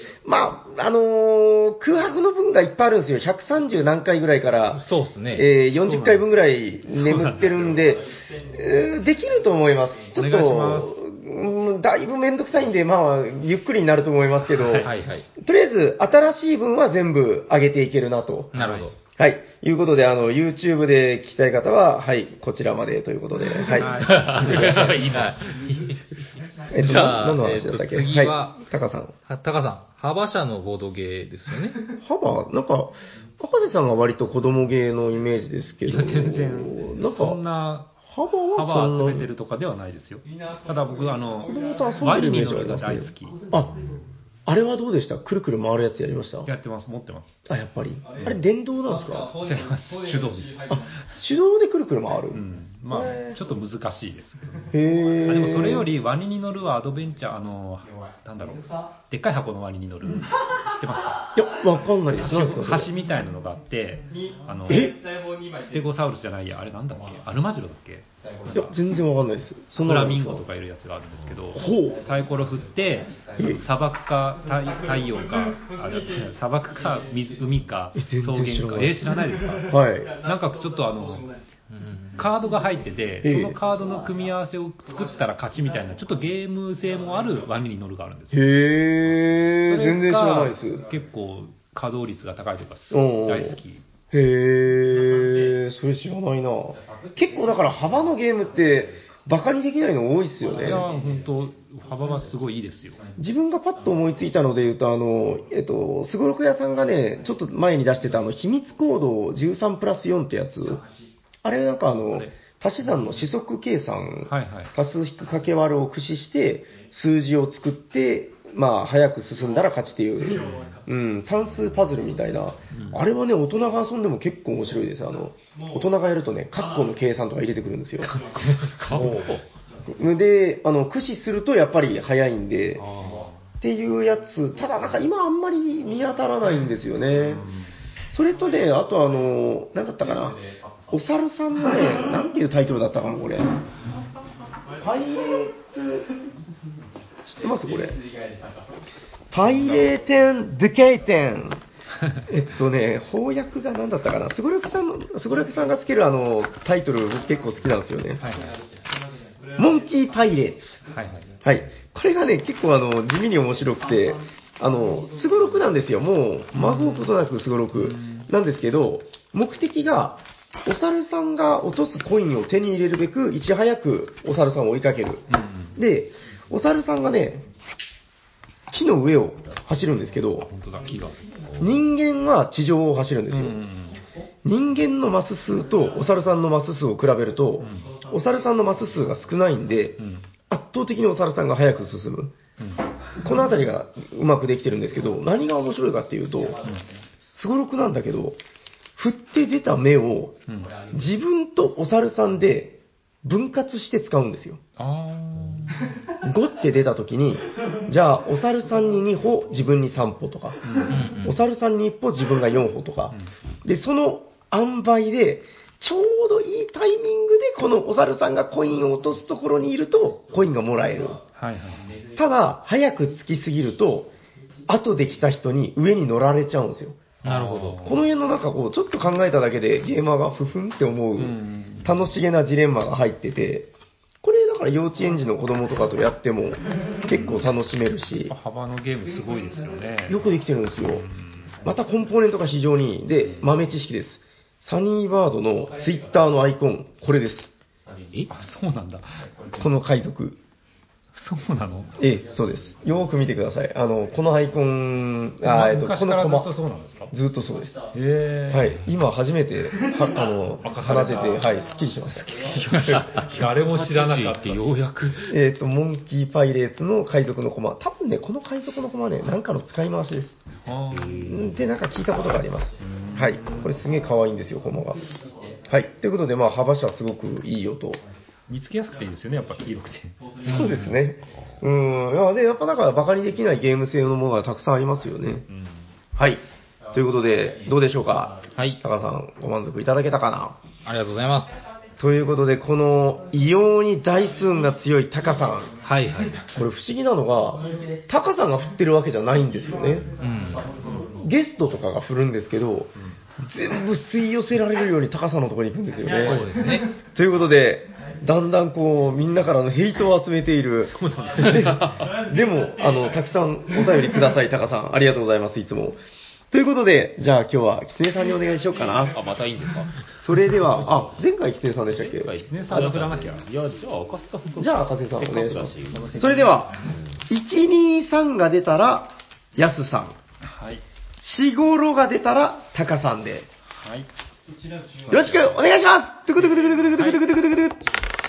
空白の分がいっぱいあるんですよ。130何回ぐらいから。 そうですね。 40回分ぐらい眠ってるんで、できると思います。ちょっと、だいぶめんどくさいんで、ゆっくりになると思いますけど、とりあえず新しい分は全部上げていけるなと。 なるほど。 はい。いうことで、YouTube で聞きたい方は、はい、こちらまでということで、はい。 いいな。 じゃあ、何の話だったっけ？ 次は、 タカさん。 タカさん、幅社のボードゲーですよね。 なんか、博士さんが割と子供ゲーのイメージですけど。 いや、全然、 なんか、 そんな、幅集めてるとかではないですよ。ただ僕、 子供と遊んでるイメージはありますね。 ワニに乗るが大好き。 あれはどうでした？くるくる回るやつやりました？ やってます、持ってます。 やっぱり。あれ、電動なんですか？ 違います。手動です。 手動でくるくる回る？ まあ、ちょっと難しいですけど。 へでもそれより、ワニに乗るはアドベンチャー、なんだろう、でっかい箱のワニに乗る。知ってますか？ いや、わかんないです。 橋みたいなのがあって、ステゴサウルスじゃないや、あれなんだっけ？アルマジロだっけ？ いや、全然わかんないです。 フラミンゴとかいるやつがあるんですけど、サイコロ振って、砂漠か太陽か、砂漠か海か草原か、知らないですか？ はい。 なんかちょっとカードが入ってて、そのカードの組み合わせを作ったら勝ちみたいな、ちょっとゲーム性もあるワニに乗るがあるんですよ。 へー、全然知らないです。 結構稼働率が高いというか、大好き。 へー、それ知らないな。結構だから幅のゲームってバカにできないの多いっすよね。 いや、本当幅はすごいいいですよ。 自分がパッと思いついたので言うと、すごろく屋さんがね、ちょっと前に出してた秘密行動13プラス4ってやつ。あれなんか足し算の四則計算、足す引く掛け割るを駆使して数字を作って、まあ、早く進んだら勝ちっていう、算数パズルみたいな、あれはね、大人が遊んでも結構面白いです。大人がやるとね、括弧の計算とか入れてくるんですよ。で、駆使するとやっぱり早いんで、っていうやつ、ただなんか今あんまり見当たらないんですよね。それとね、あとなんだったかな、お猿さんのね、なんていうタイトルだったかな、これ。パイレート、知ってますこれ。パイレーテン・デケイテン。翻訳が何だったかな。すごろくさんがつけるタイトル僕結構好きなんですよね。モンキー・パイレーツ。はい。これがね、結構地味に面白くて、すごろくなんですよ。もう、孫うことなくすごろくなんですけど、目的が、お猿さんが落とすコインを手に入れるべく、いち早くお猿さんを追いかける。で、お猿さんがね、木の上を走るんですけど、人間は地上を走るんですよ。人間のマス数とお猿さんのマス数を比べると、お猿さんのマス数が少ないんで、圧倒的にお猿さんが早く進む。このあたりがうまくできてるんですけど、何が面白いかっていうと、すごろくなんだけど、振って出た目を自分とお猿さんで分割して使うんですよ。5って出た時に、じゃあお猿さんに2歩、自分に3歩とか、お猿さんに1歩、自分が4歩とか、で、その塩梅で、ちょうどいいタイミングでこのお猿さんがコインを落とすところにいると、コインがもらえる。ただ、早くつきすぎると、後で来た人に上に乗られちゃうんですよ。 なるほど。 この辺のなんかこう、ちょっと考えただけでゲーマーがふふんって思う、楽しげなジレンマが入ってて、これだから幼稚園児の子供とかとやっても結構楽しめるし。 幅のゲームすごいですよね。 よくできてるんですよ。またコンポーネントが非常にいい。で、豆知識です。サニーバードのツイッターのアイコン、これです。 そうなんだ。 この海賊。 そうなの？ そうです。よーく見てください。このアイコン、 このコマ。ずっとそうなんですか？ ずっとそうです。はい。今初めて、話せて、はい、すっきりしました。 誰も知らなかった。 ようやく。 モンキーパイレーツの海賊のコマ。多分ね、この海賊のコマね、なんかの使い回しです。で、なんか聞いたことがあります。はい。これすげえ可愛いんですよ、コマが。はい。ということで、幅車すごくいいよと。 見つけやすくていいですよね、やっぱ黄色くて。 そうですね。で、やっぱなんかバカにできないゲーム性のものがたくさんありますよね。はい。ということで、どうでしょうか。 はい。 タカさん、ご満足いただけたかな。 ありがとうございます。 ということで、この異様に台数が強いタカさん。 はいはい。 これ不思議なのが、タカさんが振ってるわけじゃないんですよね。ゲストとかが振るんですけど、全部吸い寄せられるようにタカさんのところに行くんですよね。 そうですね。 ということで、だんだんこう、みんなからのヘイトを集めている。でも、たくさんお便りください、タカさん。ありがとうございます、いつも。 ということで、じゃあ今日はキツネさんにお願いしようかな。 あ、またいいんですか？ それでは、前回キツネさんでしたっけ？ キツネさん振らなきゃ。いや、じゃあ赤瀬さん。 じゃあ赤瀬さんお願いします。それでは、123が出たら、ヤスさん。 はい。 45が出たら、タカさんで。 はい。 よろしくお願いします。トゥクトゥクトゥクトゥクトゥクトゥクトゥクトゥクトゥク。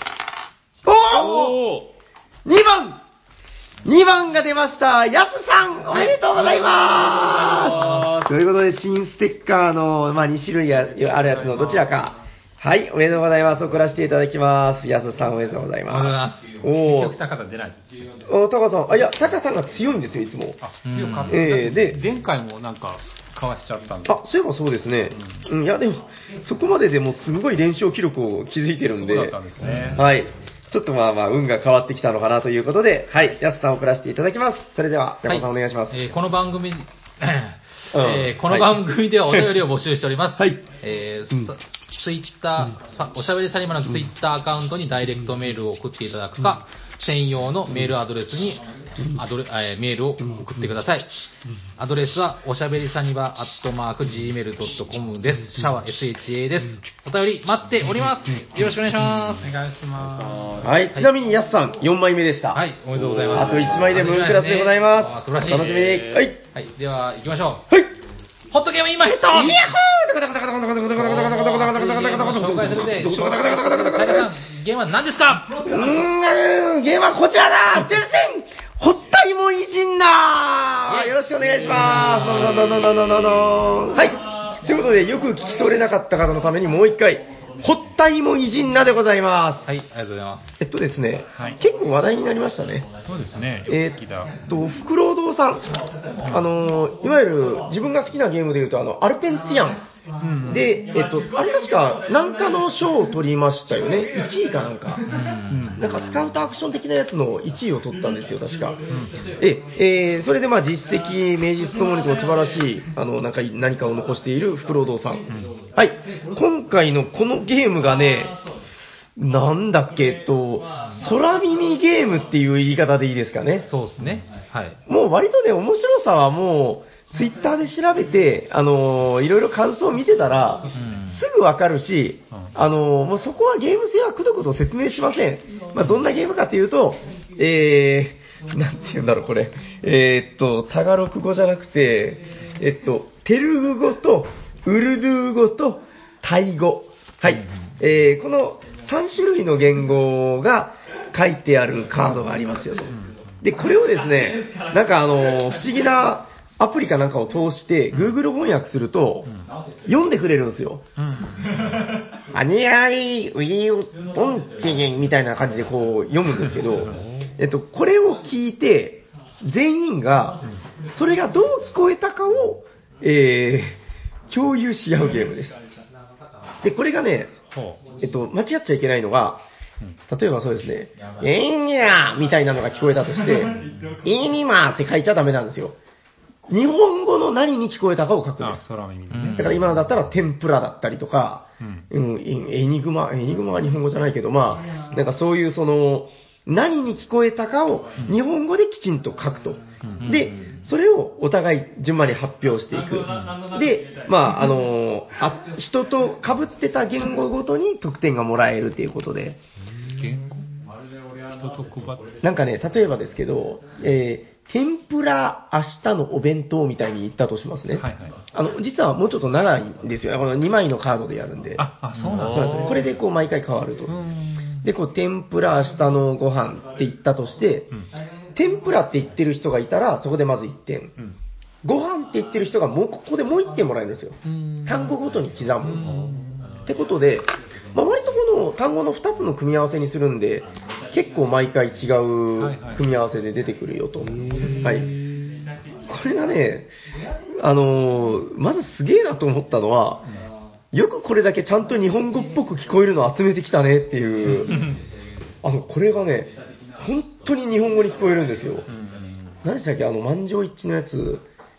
おー !2 番2番が出ました。ヤスさん、おめでとうございます。ということで、新ステッカーの、2種類あるやつのどちらか。はい、おめでとうございます。送らせていただきます。ヤスさん、おめでとうございます。 おめでとうございます。 結局、タカさん出ない。 タカさん、いや、タカさんが強いんですよ、いつも。 強かった。 で、 前回もなんか、かわしちゃったんで。 そういえばそうですね。いや、でも、そこまででもすごい連勝記録を築いてるんで。 そうだったんですね。 はい。ちょっと運が変わってきたのかなということで、はい、ヤスさんを送らせていただきます。それでは、山さんお願いします。 この番組、この番組ではお便りを募集しております。 はい。 ツイッター、おしゃべりサニバのツイッターアカウントにダイレクトメールを送っていただくか、専用のメールアドレスにメールを送ってください。アドレスは、おしゃべりサニバ@gmail.com です。シャワー SHA です。お便り待っております。よろしくお願いします。 お願いします。 はい、ちなみにヤスさん、4枚目でした。 はい、おめでとうございます。 あと1枚でムーンクラスでございます。 素晴らしい。 楽しみに。はい。 はい、では、行きましょう。 はい。 ホットゲーム今ヘッドイヤッホー紹介するぜ。平さん、ゲームは何ですか？ ゲームはこちらだテルセンホッタイモイジンだよろしくお願いしますはい。ということで、よく聞き取れなかった方のためにもう一回、ホッタイモイジンナでございます。 はい、ありがとうございます。 ですね、 はい、 結構話題になりましたね。 そうですね。 フクロウ堂さん、いわゆる自分が好きなゲームでいうと、アルペンティアン。で、あれ確か、なんかの賞を取りましたよね。1位かなんか。なんかスカウトアクション的なやつの1位を取ったんですよ、確か。それで実績、名実ともに素晴らしい、何かを残しているフクロウ堂さん。はい。今回のこのゲームがね、なんだっけ、空耳ゲームっていう言い方でいいですかね。 そうですね。はい。 もう割とね、面白さはもう、ツイッターで調べて、いろいろ感想を見てたら、すぐわかるし、もうそこはゲーム性はくどくど説明しません。どんなゲームかっていうと、なんて言うんだろう、これ。タガロク語じゃなくて、テルグ語と、ウルドゥー語と、タイ語。はい。この3種類の言語が書いてあるカードがありますよと。で、これをですね、不思議なアプリかなんかを通して、Google 翻訳すると、読んでくれるんですよ。アニアイウィートンチギンみたいな感じで読むんですけど、これを聞いて、全員が、それがどう聞こえたかを、共有し合うゲームです。で、これがね、間違っちゃいけないのが、例えばそうですね、エンニャーみたいなのが聞こえたとして、イニマーって書いちゃダメなんですよ。日本語の何に聞こえたかを書くんです。だから今のだったら天ぷらだったりとか、エニグマは日本語じゃないけど、なんかそういう何に聞こえたかを日本語できちんと書くと。で、それをお互い順番に発表していく。で、人と被ってた言語ごとに得点がもらえるということで。 言語人と配って。 なんかね、例えばですけど、天ぷら明日のお弁当みたいに言ったとしますね。実はもうちょっと長いんですよ。この2枚のカードでやるんで。 そうなんですね。これで毎回変わると。で、天ぷら明日のご飯って言ったとして、天ぷらって言ってる人がいたら、そこでまず1点。ご飯って言ってる人がここでもう1点もらえるんですよ。単語ごとに刻む。ってことで、割とこの単語の2つの組み合わせにするんで、結構毎回違う組み合わせで出てくるよと。はい。これがね、まずすげえなと思ったのは、よくこれだけちゃんと日本語っぽく聞こえるのを集めてきたねっていう、これがね、本当に日本語に聞こえるんですよ。何でしたっけ、満場一致のやつ、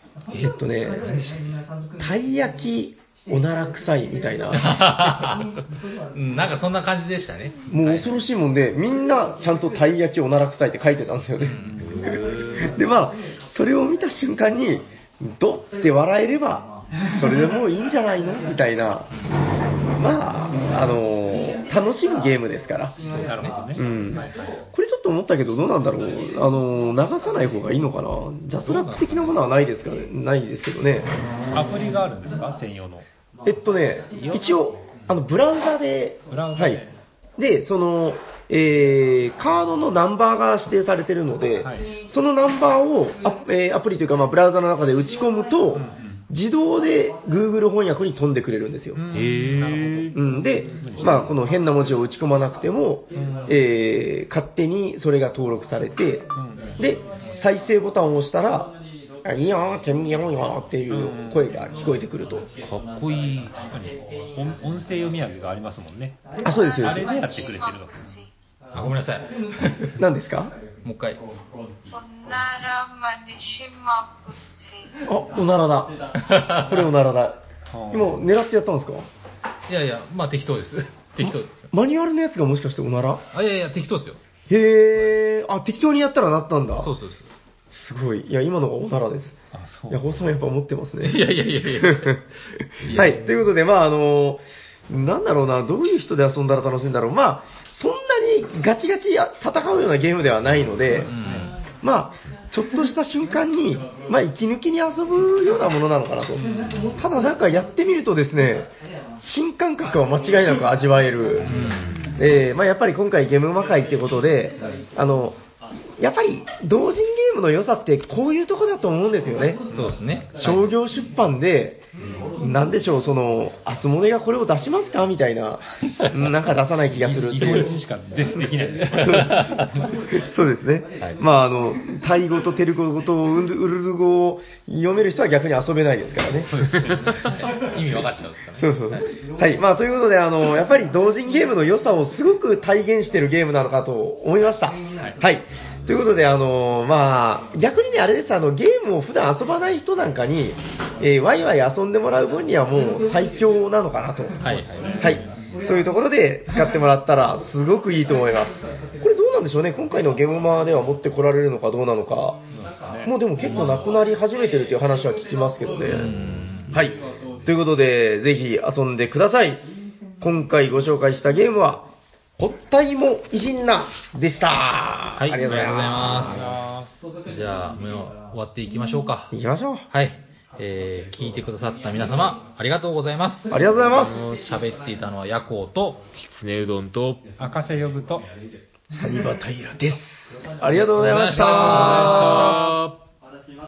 たい焼き、おなら臭いみたいな。 なんかそんな感じでしたね。 もう恐ろしいもんで、みんなちゃんとたい焼きおなら臭いって書いてたんですよね。で、それを見た瞬間に、 ドって笑えれば、それでもういいんじゃないのみたいな。まあ、楽しむゲームですから。 なるほどね。 うん。これちょっと思ったけど、どうなんだろう。流さない方がいいのかな。ジャスラック的なものはないですかね。ないですけどね。 アプリがあるんですか、専用の。 一応、ブラウザで、はい。で、カードのナンバーが指定されているので、はい、そのナンバーをアプリというか、ブラウザの中で打ち込むと、自動で Google 翻訳に飛んでくれるんですよ。で、この変な文字を打ち込まなくても、勝手にそれが登録されて、で、再生ボタンを押したら、いやー、てみよーよーっていう声が聞こえてくると。かっこいい。音声読み上げがありますもんね。 あ、そうですよ。 あれでやってくれてるの。 あ、ごめんなさい。 何ですか？ もう一回。 あ、おならだ。これおならだ。今、狙ってやったんですか？ いやいや、まあ適当です。適当。 マニュアルのやつがもしかしておなら？ あ、いやいや、適当ですよ。 へー。あ、適当にやったらなったんだ。 そうそうです。 すごい。いや、今のがおならです。 あ、そう。 いや、放送やっぱ持ってますね。 いやいやいやいや。 はい。ということで、なんだろうな、どういう人で遊んだら楽しいんだろう。そんなにガチガチ戦うようなゲームではないので、ちょっとした瞬間に、息抜きに遊ぶようなものなのかなと。ただなんかやってみるとですね、新感覚は間違いなく味わえる。やっぱり今回ゲームマ会ってことで、やっぱり同人ゲームの良さってこういうとこだと思うんですよね。 そうですね。 商業出版で、なんでしょう、アスモネがこれを出しますかみたいな、なんか出さない気がするっていう。 日本人しかできないです。 そうですね。はい、タイ語とテル語とウルル語を読める人は逆に遊べないですからね。 そうですね。意味分かっちゃうんですかね。 そうそう。はい。ということで、やっぱり同人ゲームの良さをすごく体現しているゲームなのかと思いました。はい。ということで、逆にね、あれです、ゲームを普段遊ばない人なんかに、ワイワイ遊んでもらう分にはもう最強なのかなと。はい。そういうところで使ってもらったら、すごくいいと思います。これどうなんでしょうね、今回のゲームマでは持ってこられるのかどうなのか。もうでも結構なくなり始めてるという話は聞きますけどね。はい。ということで、ぜひ遊んでください。今回ご紹介したゲームは、ほったいもいじんなでした。 はい、ありがとうございます。じゃあ、もう終わっていきましょうか。 行きましょう。 はい。聞いてくださった皆様、ありがとうございます。 ありがとうございます。 喋っていたのはヤコウと、 きつねうどんと、 赤瀬呼ぶと、 サニバタイラです。ありがとうございました。